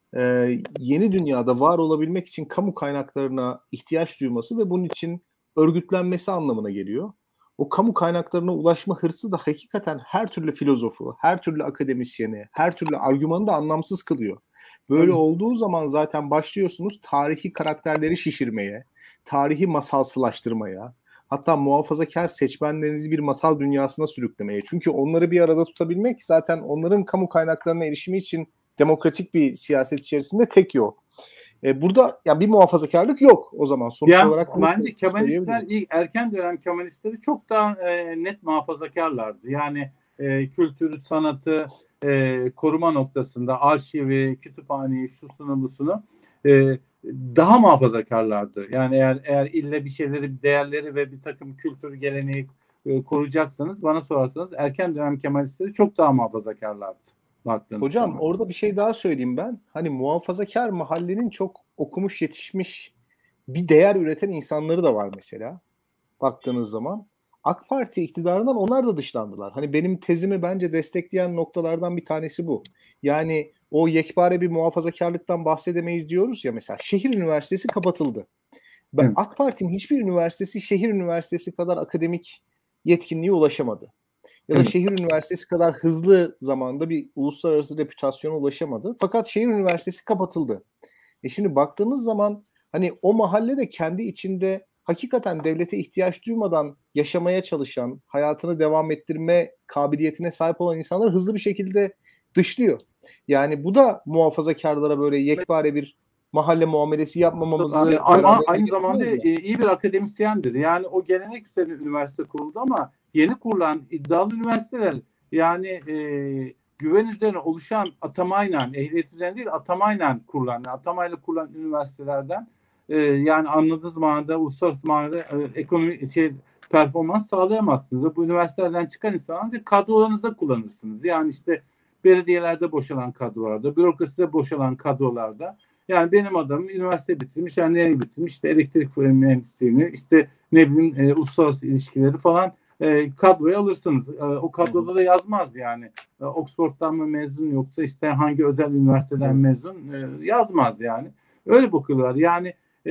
yeni dünyada var olabilmek için kamu kaynaklarına ihtiyaç duyması ve bunun için örgütlenmesi anlamına geliyor. O kamu kaynaklarına ulaşma hırsı da hakikaten her türlü filozofu, her türlü akademisyeni, her türlü argümanı da anlamsız kılıyor. Böyle olduğu zaman zaten başlıyorsunuz tarihi karakterleri şişirmeye, tarihi masalsılaştırmaya, hatta muhafazakar seçmenlerinizi bir masal dünyasına sürüklemeye. Çünkü onları bir arada tutabilmek zaten onların kamu kaynaklarına erişimi için demokratik bir siyaset içerisinde tek yol. Burada yani bir muhafazakarlık yok o zaman. Sonuç yani, olarak bence Kemalistler erken dönem Kemalistleri çok daha net muhafazakarlardı. Yani kültürü, sanatı koruma noktasında arşivi, kütüphaneyi, şusunu busunu daha muhafazakarlardı. Yani eğer ille bir şeyleri, değerleri ve bir takım kültür geleneği koruyacaksanız bana sorarsanız erken dönem Kemalistleri çok daha muhafazakarlardı. Hocam zaman. Orada bir şey daha söyleyeyim ben. Hani muhafazakar mahallenin çok okumuş yetişmiş bir değer üreten insanları da var mesela. Baktığınız zaman. AK Parti iktidarından onlar da dışlandılar. Hani benim tezimi bence destekleyen noktalardan bir tanesi bu. Yani o yekpare bir muhafazakarlıktan bahsedemeyiz diyoruz ya mesela. Şehir üniversitesi kapatıldı. AK Parti'nin hiçbir üniversitesi şehir üniversitesi kadar akademik yetkinliğe ulaşamadı. Ya da şehir üniversitesi kadar hızlı zamanda bir uluslararası reputasyona ulaşamadı. Fakat şehir üniversitesi kapatıldı. Şimdi baktığınız zaman hani o mahalle de kendi içinde hakikaten devlete ihtiyaç duymadan yaşamaya çalışan, hayatını devam ettirme kabiliyetine sahip olan insanları hızlı bir şekilde dışlıyor. Yani bu da muhafazakarlara böyle yekpare bir mahalle muamelesi yapmamamızı... Ama aynı zamanda iyi bir akademisyendir. Yani o gelenek üzerine üniversite kuruldu ama yeni kurulan iddialı üniversiteler yani güven üzerine oluşan atamayla, ehliyet üzerine değil atamayla kurulan, yani atamayla kurulan üniversitelerden yani anladığınız manada uluslararası manada ekonomi performans sağlayamazsınız. Bu üniversitelerden çıkan insanları kadrolarınızda kullanırsınız. Yani işte belediyelerde boşalan kadrolarda, bürokraside boşalan kadrolarda. Yani benim adamım üniversite bitirmiş, yani nereye bitirmiş? İşte elektrik mühendisliğini, işte ne bileyim uluslararası ilişkileri falan kadroya alırsınız. O kadroda da yazmaz yani. Oxford'dan mı mezun yoksa işte hangi özel üniversiteden mezun yazmaz yani. Öyle bakıyorlar. Yani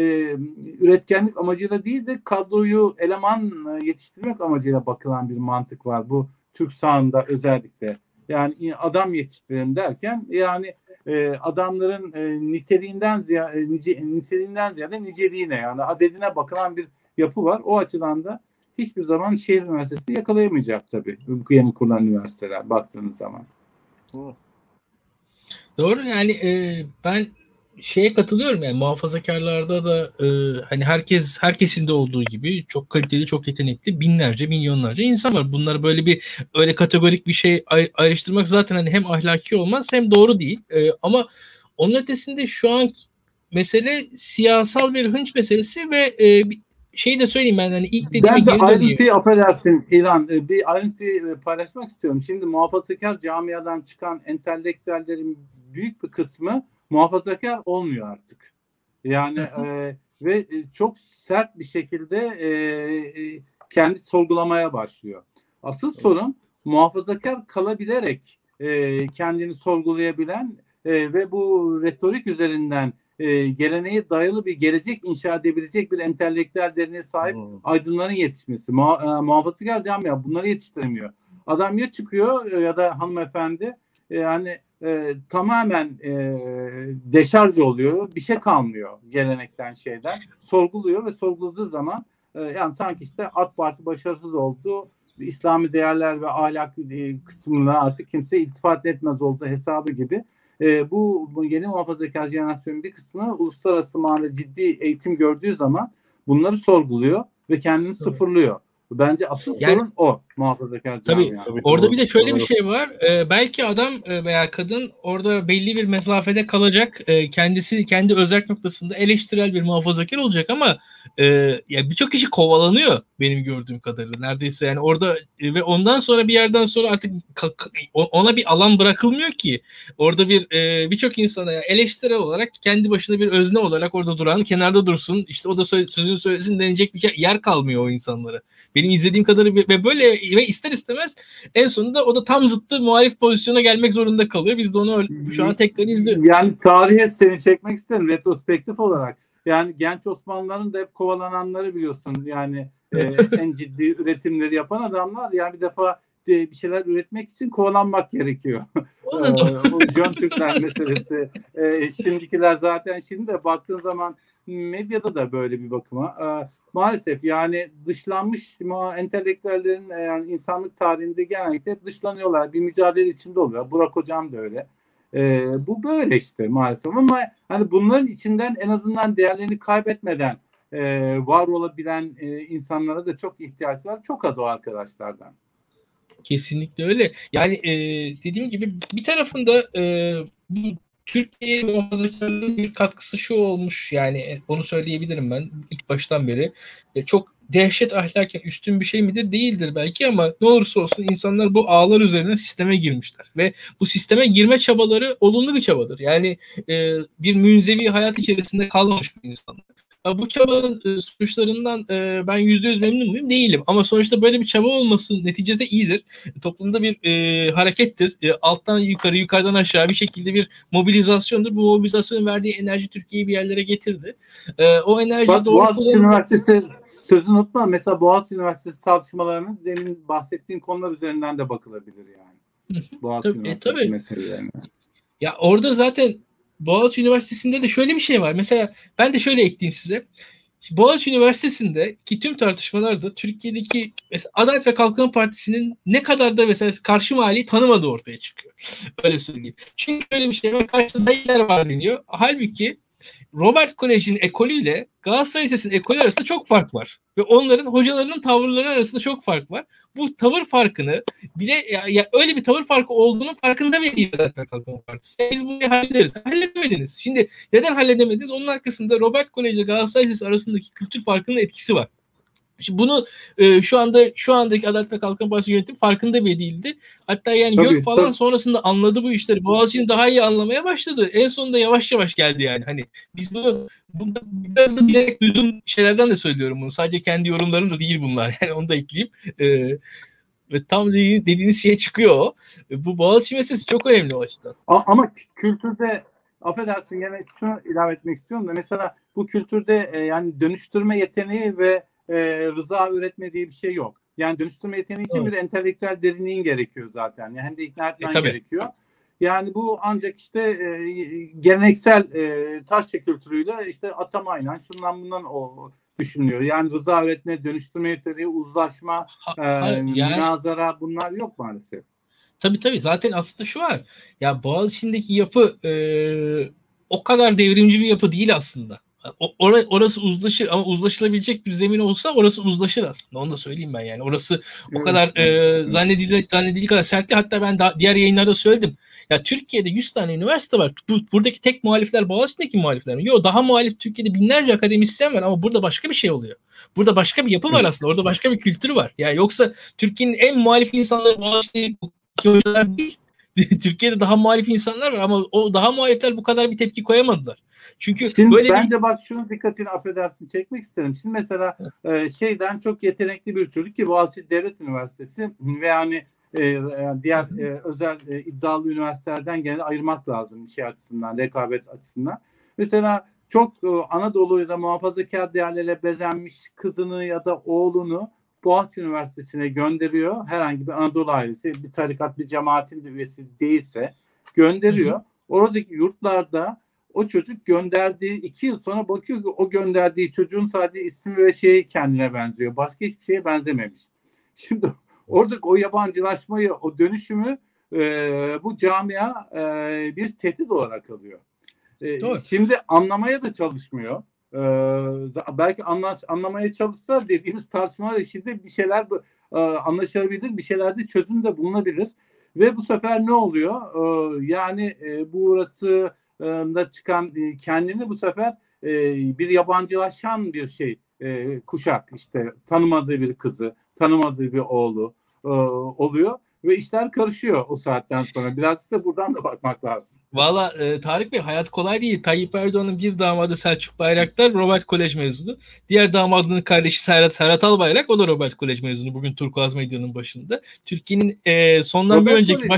üretkenlik amacıyla değil de kadroyu eleman yetiştirmek amacıyla bakılan bir mantık var. Bu Türk sahanında özellikle. Yani adam yetiştirelim derken yani adamların niteliğinden ziyade niceliğine yani adedine bakılan bir yapı var. O açıdan da hiçbir zaman şehir üniversitesini yakalayamayacak tabii. Bu yeni kurulan üniversiteler baktığınız zaman. Doğru, yani ben şeye katılıyorum, yani muhafazakarlarda da hani herkesin de olduğu gibi çok kaliteli, çok yetenekli binlerce, milyonlarca insan var. Bunları böyle bir öyle kategorik bir şey ayrıştırmak zaten hani hem ahlaki olmaz hem doğru değil. Ama onun ötesinde şu an mesele siyasal bir hınç meselesi ve şeyi de söyleyeyim, ben hani ilk dediğime Ben de geri döneyim. ayrıntıyı, affedersin İlhan, bir ayrıntıyı paylaşmak istiyorum. Şimdi muhafazakar camiadan çıkan entelektüellerin büyük bir kısmı muhafazakar olmuyor artık. Yani ve çok sert bir şekilde kendi sorgulamaya başlıyor. Asıl sorun muhafazakar kalabilerek kendini sorgulayabilen ve bu retorik üzerinden geleneğe dayalı bir gelecek inşa edebilecek bir entelektüel derneğe sahip aydınların yetişmesi. Muhafazakar camia bunları yetiştiremiyor. Adam ya çıkıyor ya da hanımefendi yani tamamen deşarj oluyor. Bir şey kalmıyor gelenekten, şeyden. Sorguluyor ve sorguladığı zaman yani sanki işte AK Parti başarısız oldu. İslami değerler ve ahlak kısmına artık kimse iltifat etmez oldu hesabı gibi. Bu yeni muhafazakar jenerasyonun bir kısmı uluslararası manada ciddi eğitim gördüğü zaman bunları sorguluyor ve kendini sıfırlıyor. Bence asıl sorun o muhafazakar camia. Tabii orada bir de şöyle bir şey var. Belki adam veya kadın orada belli bir mesafede kalacak. Kendisi kendi özerk noktasında eleştirel bir muhafazakar olacak ama ya birçok kişi kovalanıyor benim gördüğüm kadarıyla. Neredeyse yani orada ve ondan sonra bir yerden sonra artık ona bir alan bırakılmıyor ki. Orada birçok insana eleştirel olarak kendi başına bir özne olarak orada duran, kenarda dursun. İşte o da sözünü söylesin denecek bir yer kalmıyor o insanlara. Benim izlediğim kadarıyla ve böyle ve ister istemez en sonunda o da tam zıttı muhalif pozisyona gelmek zorunda kalıyor. Biz de onu şu an tekrar izliyoruz. Yani tarihe seni çekmek isterim retrospektif olarak. Yani genç Osmanlıların da hep kovalananları biliyorsun. Yani en ciddi üretimleri yapan adamlar. Yani bir defa bir şeyler üretmek için kovalanmak gerekiyor. O Jön Türkler meselesi. Şimdikiler zaten şimdi de baktığın zaman medyada da böyle bir bakıma. Maalesef yani dışlanmış entelektüellerin yani insanlık tarihinde genellikle hep dışlanıyorlar. Bir mücadele içinde oluyor. Burak Hocam da öyle. Bu böyle işte maalesef ama hani bunların içinden en azından değerlerini kaybetmeden var olabilen insanlara da çok ihtiyaç var. Çok az o arkadaşlardan. Kesinlikle öyle. Yani dediğim gibi bir tarafında bu Türkiye muhafazakarlığının bir katkısı şu olmuş, yani onu söyleyebilirim ben ilk baştan beri. Çok dehşet ahlaken üstün bir şey midir? Değildir belki ama ne olursa olsun insanlar bu ağlar üzerine sisteme girmişler. Ve bu sisteme girme çabaları olumlu bir çabadır. Yani bir münzevi hayat içerisinde kalmamış bir insanlar. Bu çabanın sonuçlarından ben %100 memnun muyum? Değilim. Ama sonuçta böyle bir çaba olması neticede iyidir. Toplumda bir harekettir. Alttan yukarı, yukarıdan aşağı bir şekilde bir mobilizasyondur. Bu mobilizasyonun verdiği enerji Türkiye'yi bir yerlere getirdi. O enerji doğru Boğaziçi Üniversitesi sözünü unutma. Mesela Boğaziçi Üniversitesi tartışmalarının demin bahsettiğin konular üzerinden de bakılabilir yani. Boğaziçi Üniversitesi meselelerine. Ya orada zaten Boğaziçi Üniversitesi'nde de şöyle bir şey var. Mesela ben de şöyle ekleyeyim size. Boğaziçi Üniversitesi'nde ki tüm tartışmalarda Türkiye'deki Adalet ve Kalkınma Partisi'nin ne kadar da mesela karşı mahalleyi tanımadığı ortaya çıkıyor. Öyle söyleyeyim. Çünkü öyle bir şey var. Karşıda dayılar var deniyor. Halbuki Robert Kolej'in ekolüyle Galatasaray Lisesi'nin ekolü arasında çok fark var. Ve onların hocalarının tavırları arasında çok fark var. Bu tavır farkını bile ya öyle bir tavır farkı olduğunun farkında bile değil Adalet ve Kalkınma Partisi. Biz bunu hallederiz. Halledemediniz. Şimdi neden halledemediniz? Onun arkasında Robert Kolej ile Galatasaray Lisesi arasındaki kültür farkının etkisi var. Şimdi bunu şu andaki Adalet ve Kalkınma Partisi yönetimi farkında bile değildi. Hatta yani yok falan sonrasında anladı bu işleri. Boğaziçi'ni daha iyi anlamaya başladı. En sonunda yavaş yavaş geldi yani. Hani biz bunu biraz da bilerek duyduğum şeylerden de söylüyorum bunu. Sadece kendi yorumlarım da değil bunlar. Yani onu da ekleyeyim. Ve tam dediğiniz şeye çıkıyor o. Bu Boğaziçi meselesi çok önemli o açıdan. Ama kültürde affedersin yine şunu ilave etmek istiyorum da mesela bu kültürde yani dönüştürme yeteneği ve rıza üretme diye bir şey yok. Yani dönüştürme yeteneği için bir entelektüel derinliğin gerekiyor zaten. Yani hem de ikna etmen gerekiyor. Yani bu ancak işte geleneksel taşça kültürüyle işte atamayla şundan bundan o düşünülüyor. Yani rıza öğretmeni, dönüştürme yeteneği, uzlaşma, münazara, bunlar yok maalesef. Tabii zaten aslında şu var. Ya Boğaziçi'ndeki yapı o kadar devrimci bir yapı değil aslında. Orası uzlaşır ama uzlaşılabilecek bir zemin olsa orası uzlaşır aslında. Onu da söyleyeyim ben yani. Orası o kadar zannedildiği kadar sert değil. Hatta ben diğer yayınlarda söyledim. Ya Türkiye'de 100 tane üniversite var. Buradaki tek muhalifler Boğaziçi'ndeki muhalifler mi? Yok, daha muhalif Türkiye'de binlerce akademisyen var ama burada başka bir şey oluyor. Burada başka bir yapı var aslında. Orada başka bir kültür var. Ya yoksa Türkiye'nin en muhalif insanları Boğaziçi'de hocalar değil. Türkiye'de daha muhalif insanlar var ama o daha muhalifler bu kadar bir tepki koyamadılar. Çünkü şimdi böyle bence bak şunun dikkatini affedersin çekmek isterim. Şimdi mesela şeyden çok yetenekli bir çocuk ki Boğaziçi Devlet Üniversitesi ve yani diğer özel iddialı üniversitelerden gene ayırmak lazım şey açısından, rekabet açısından. Mesela çok Anadolu'da muhafazakar değerlerle bezenmiş kızını ya da oğlunu Boğaziçi Üniversitesi'ne gönderiyor. Herhangi bir Anadolu ailesi, bir tarikat, bir cemaatin de üyesi değilse gönderiyor. Oradaki yurtlarda o çocuk gönderdiği 2 yıl sonra bakıyor ki o gönderdiği çocuğun sadece ismi ve şeyi kendine benziyor. Başka hiçbir şeye benzememiş. Şimdi oradaki o yabancılaşmayı, o dönüşümü bu camia bir tehdit olarak alıyor. Şimdi anlamaya da çalışmıyor. Belki anlamaya çalışsa dediğimiz tartışmalar içinde bir şeyler anlaşılabilir, bir şeylerde çözüm de bulunabilir. Ve bu sefer ne oluyor? Yani burası da çıkan kendini bu sefer bir yabancılaşan bir şey kuşak, işte tanımadığı bir kızı, tanımadığı bir oğlu oluyor ve işler karışıyor o saatten sonra. Birazcık da buradan da bakmak lazım. Valla Tarık Bey, hayat kolay değil. Tayyip Erdoğan'ın bir damadı Selçuk Bayraktar, Robert Kolej mezunu. Diğer damadının kardeşi Serhat Albayrak, o da Robert Kolej mezunu. Bugün Turkuaz Medya'nın başında. Türkiye'nin sondan Robert bir önceki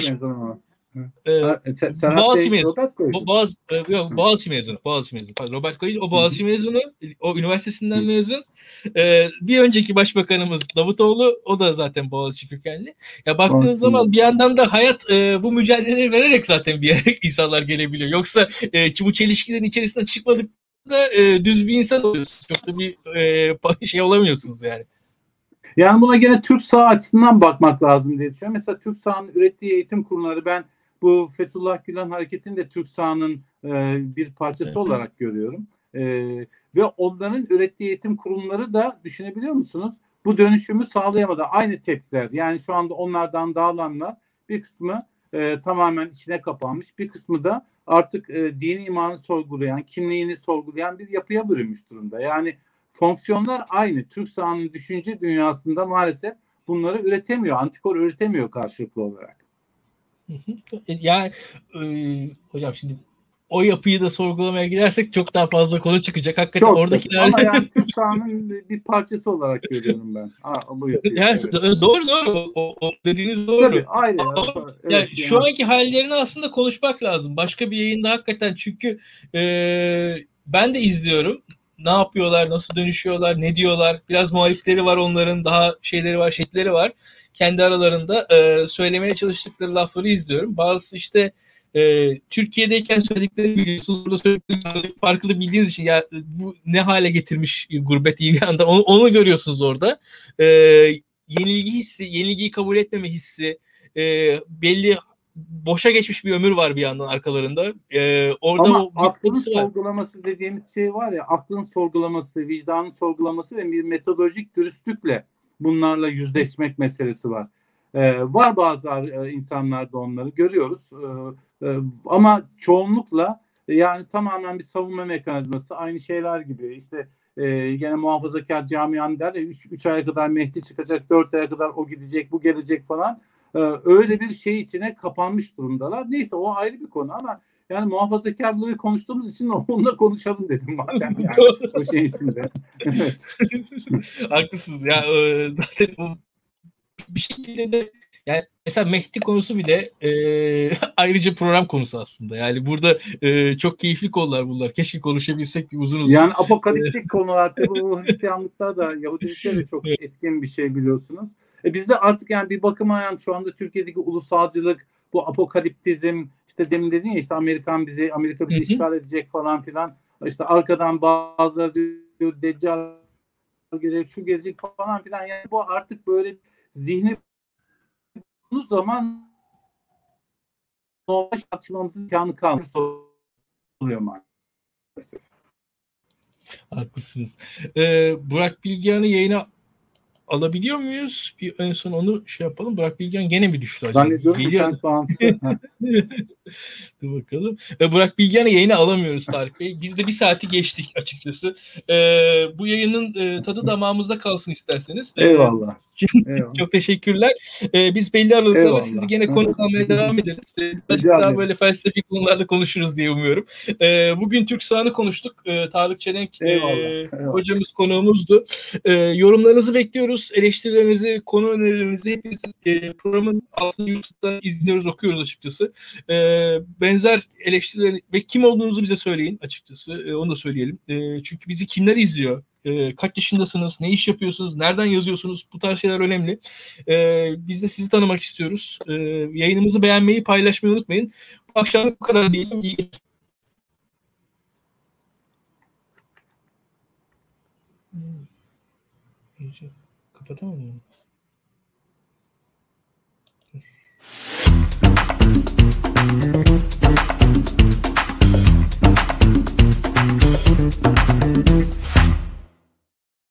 Boğaziçi mezunu. Boğaziçi mezunu. Robert Kolej, o Boğaziçi mezunu. O üniversitesinden mezun. Bir önceki başbakanımız Davutoğlu, o da zaten Boğaziçi kökenli. Ya baktığınız zaman bir yandan da hayat bu mücadeleyi vererek zaten bir yere insanlar gelebiliyor. Yoksa bu çelişkilerin içerisinden çıkmadık da düz bir insan oluyorsunuz. Çok da bir şey olamıyorsunuz yani. Yani buna gene Türk Sağ açısından bakmak lazım diye düşünüyorum. Mesela Türk Sağ'ın ürettiği eğitim kurumları, ben bu Fethullah Gülen hareketini de Türk Sağ'ın bir parçası olarak görüyorum. Ve onların ürettiği eğitim kurumları da, düşünebiliyor musunuz? Bu dönüşümü sağlayamadı. Aynı tepkiler. Yani şu anda onlardan dağılanlar bir kısmı tamamen içine kapanmış. Bir kısmı da artık dini imanı sorgulayan, kimliğini sorgulayan bir yapıya bürünmüş durumda. Yani fonksiyonlar aynı. Türk Sağ'ın düşünce dünyasında maalesef bunları üretemiyor. Antikor üretemiyor karşılıklı olarak. Yani hocam şimdi o yapıyı da sorgulamaya gidersek çok daha fazla konu çıkacak. Hakikaten çok oradakiler... Ama yani Türk Sağ'ın bir parçası olarak görüyorum ben. Bu yapıyı. Yani evet. Doğru. O dediğiniz doğru. Tabii, aynen. Yani şu anki hallerini aslında konuşmak lazım. Başka bir yayında hakikaten, çünkü ben de izliyorum. Ne yapıyorlar, nasıl dönüşüyorlar, ne diyorlar. Biraz muhalifleri var onların, daha şeyleri var, şekilleri var. Kendi aralarında söylemeye çalıştıkları lafları izliyorum. Bazısı işte Türkiye'deyken söyledikleri biliyorsunuz, burada söyledikleri farklı bildiğiniz için ya bu ne hale getirmiş gurbet iyi bir anda, onu görüyorsunuz orada. Yenilgi hissi, yenilgiyi kabul etmeme hissi, belli boşa geçmiş bir ömür var bir yandan arkalarında. Orada ama aklın sorgulaması dediğimiz şey var ya, aklın sorgulaması, vicdanın sorgulaması ve bir metodolojik dürüstlükle bunlarla yüzleşmek meselesi var. Var bazı insanlarda, onları görüyoruz. Ama çoğunlukla yani tamamen bir savunma mekanizması, aynı şeyler gibi işte gene muhafazakar camianın der ya 3 aya kadar Mehdi çıkacak, 4 aya kadar o gidecek, bu gelecek falan, öyle bir şey içine kapanmış durumdalar. Neyse, o ayrı bir konu ama yani muhafazakarlığı konuştuğumuz için onunla konuşalım dedim madem yani o şey içinde. Evet. Haklısınız ya, bir şekilde de yani mesela Mehdi konusu bile ayrıca program konusu aslında. Yani burada çok keyifli konular bunlar. Keşke konuşabilsek bir uzun. Yani apokaliptik konular tabii, bu Hristiyanlıkta da Yahudilikte de çok etkin bir şey biliyorsunuz. Bizde artık yani bir bakıma yani şu anda Türkiye'deki ulusalcılık, bu apokaliptizm, işte demin dedin ya işte Amerika bizi işgal edecek falan filan. İşte arkadan bazıları diyor Deccal gelecek, şu gelecek falan filan. Yani bu artık böyle zihni bu zaman normal tartışmamızın imkanı kalmış oluyor maalesef. Haklısınız. Burak Bilgehan'ı yayına alabiliyor muyuz? Bir en son onu şey yapalım. Burak Bilgehan gene mi düştü acaba? Zannediyorum internet bağlantısı. Dur bakalım. Burak Bilgehan'ı yayına alamıyoruz Tarık Bey. Biz de bir saati geçtik açıkçası. Bu yayının tadı damağımızda kalsın isterseniz. Eyvallah. Eyvallah. Çok teşekkürler. Biz belli aralıklarla Eyvallah. sizi gene konuk almaya devam ederiz. Birazcık Rica daha ederim. böyle felsefi konularda konuşuruz diye umuyorum. Bugün Türk sahanı konuştuk. Tarık Çelenk Eyvallah. hocamız konuğumuzdu. Yorumlarınızı bekliyoruz. Eleştirilerinizi, konu önerilerinizi hepinizi programın altında YouTube'da izliyoruz, okuyoruz açıkçası. Benzer eleştirileri ve kim olduğunuzu bize söyleyin açıkçası. Onu da söyleyelim. Çünkü bizi kimler izliyor? Kaç yaşındasınız? Ne iş yapıyorsunuz? Nereden yazıyorsunuz? Bu tarz şeyler önemli. Biz de sizi tanımak istiyoruz. Yayınımızı beğenmeyi, paylaşmayı unutmayın. Bu akşam bu kadar diyelim. İyi kapatamam mı?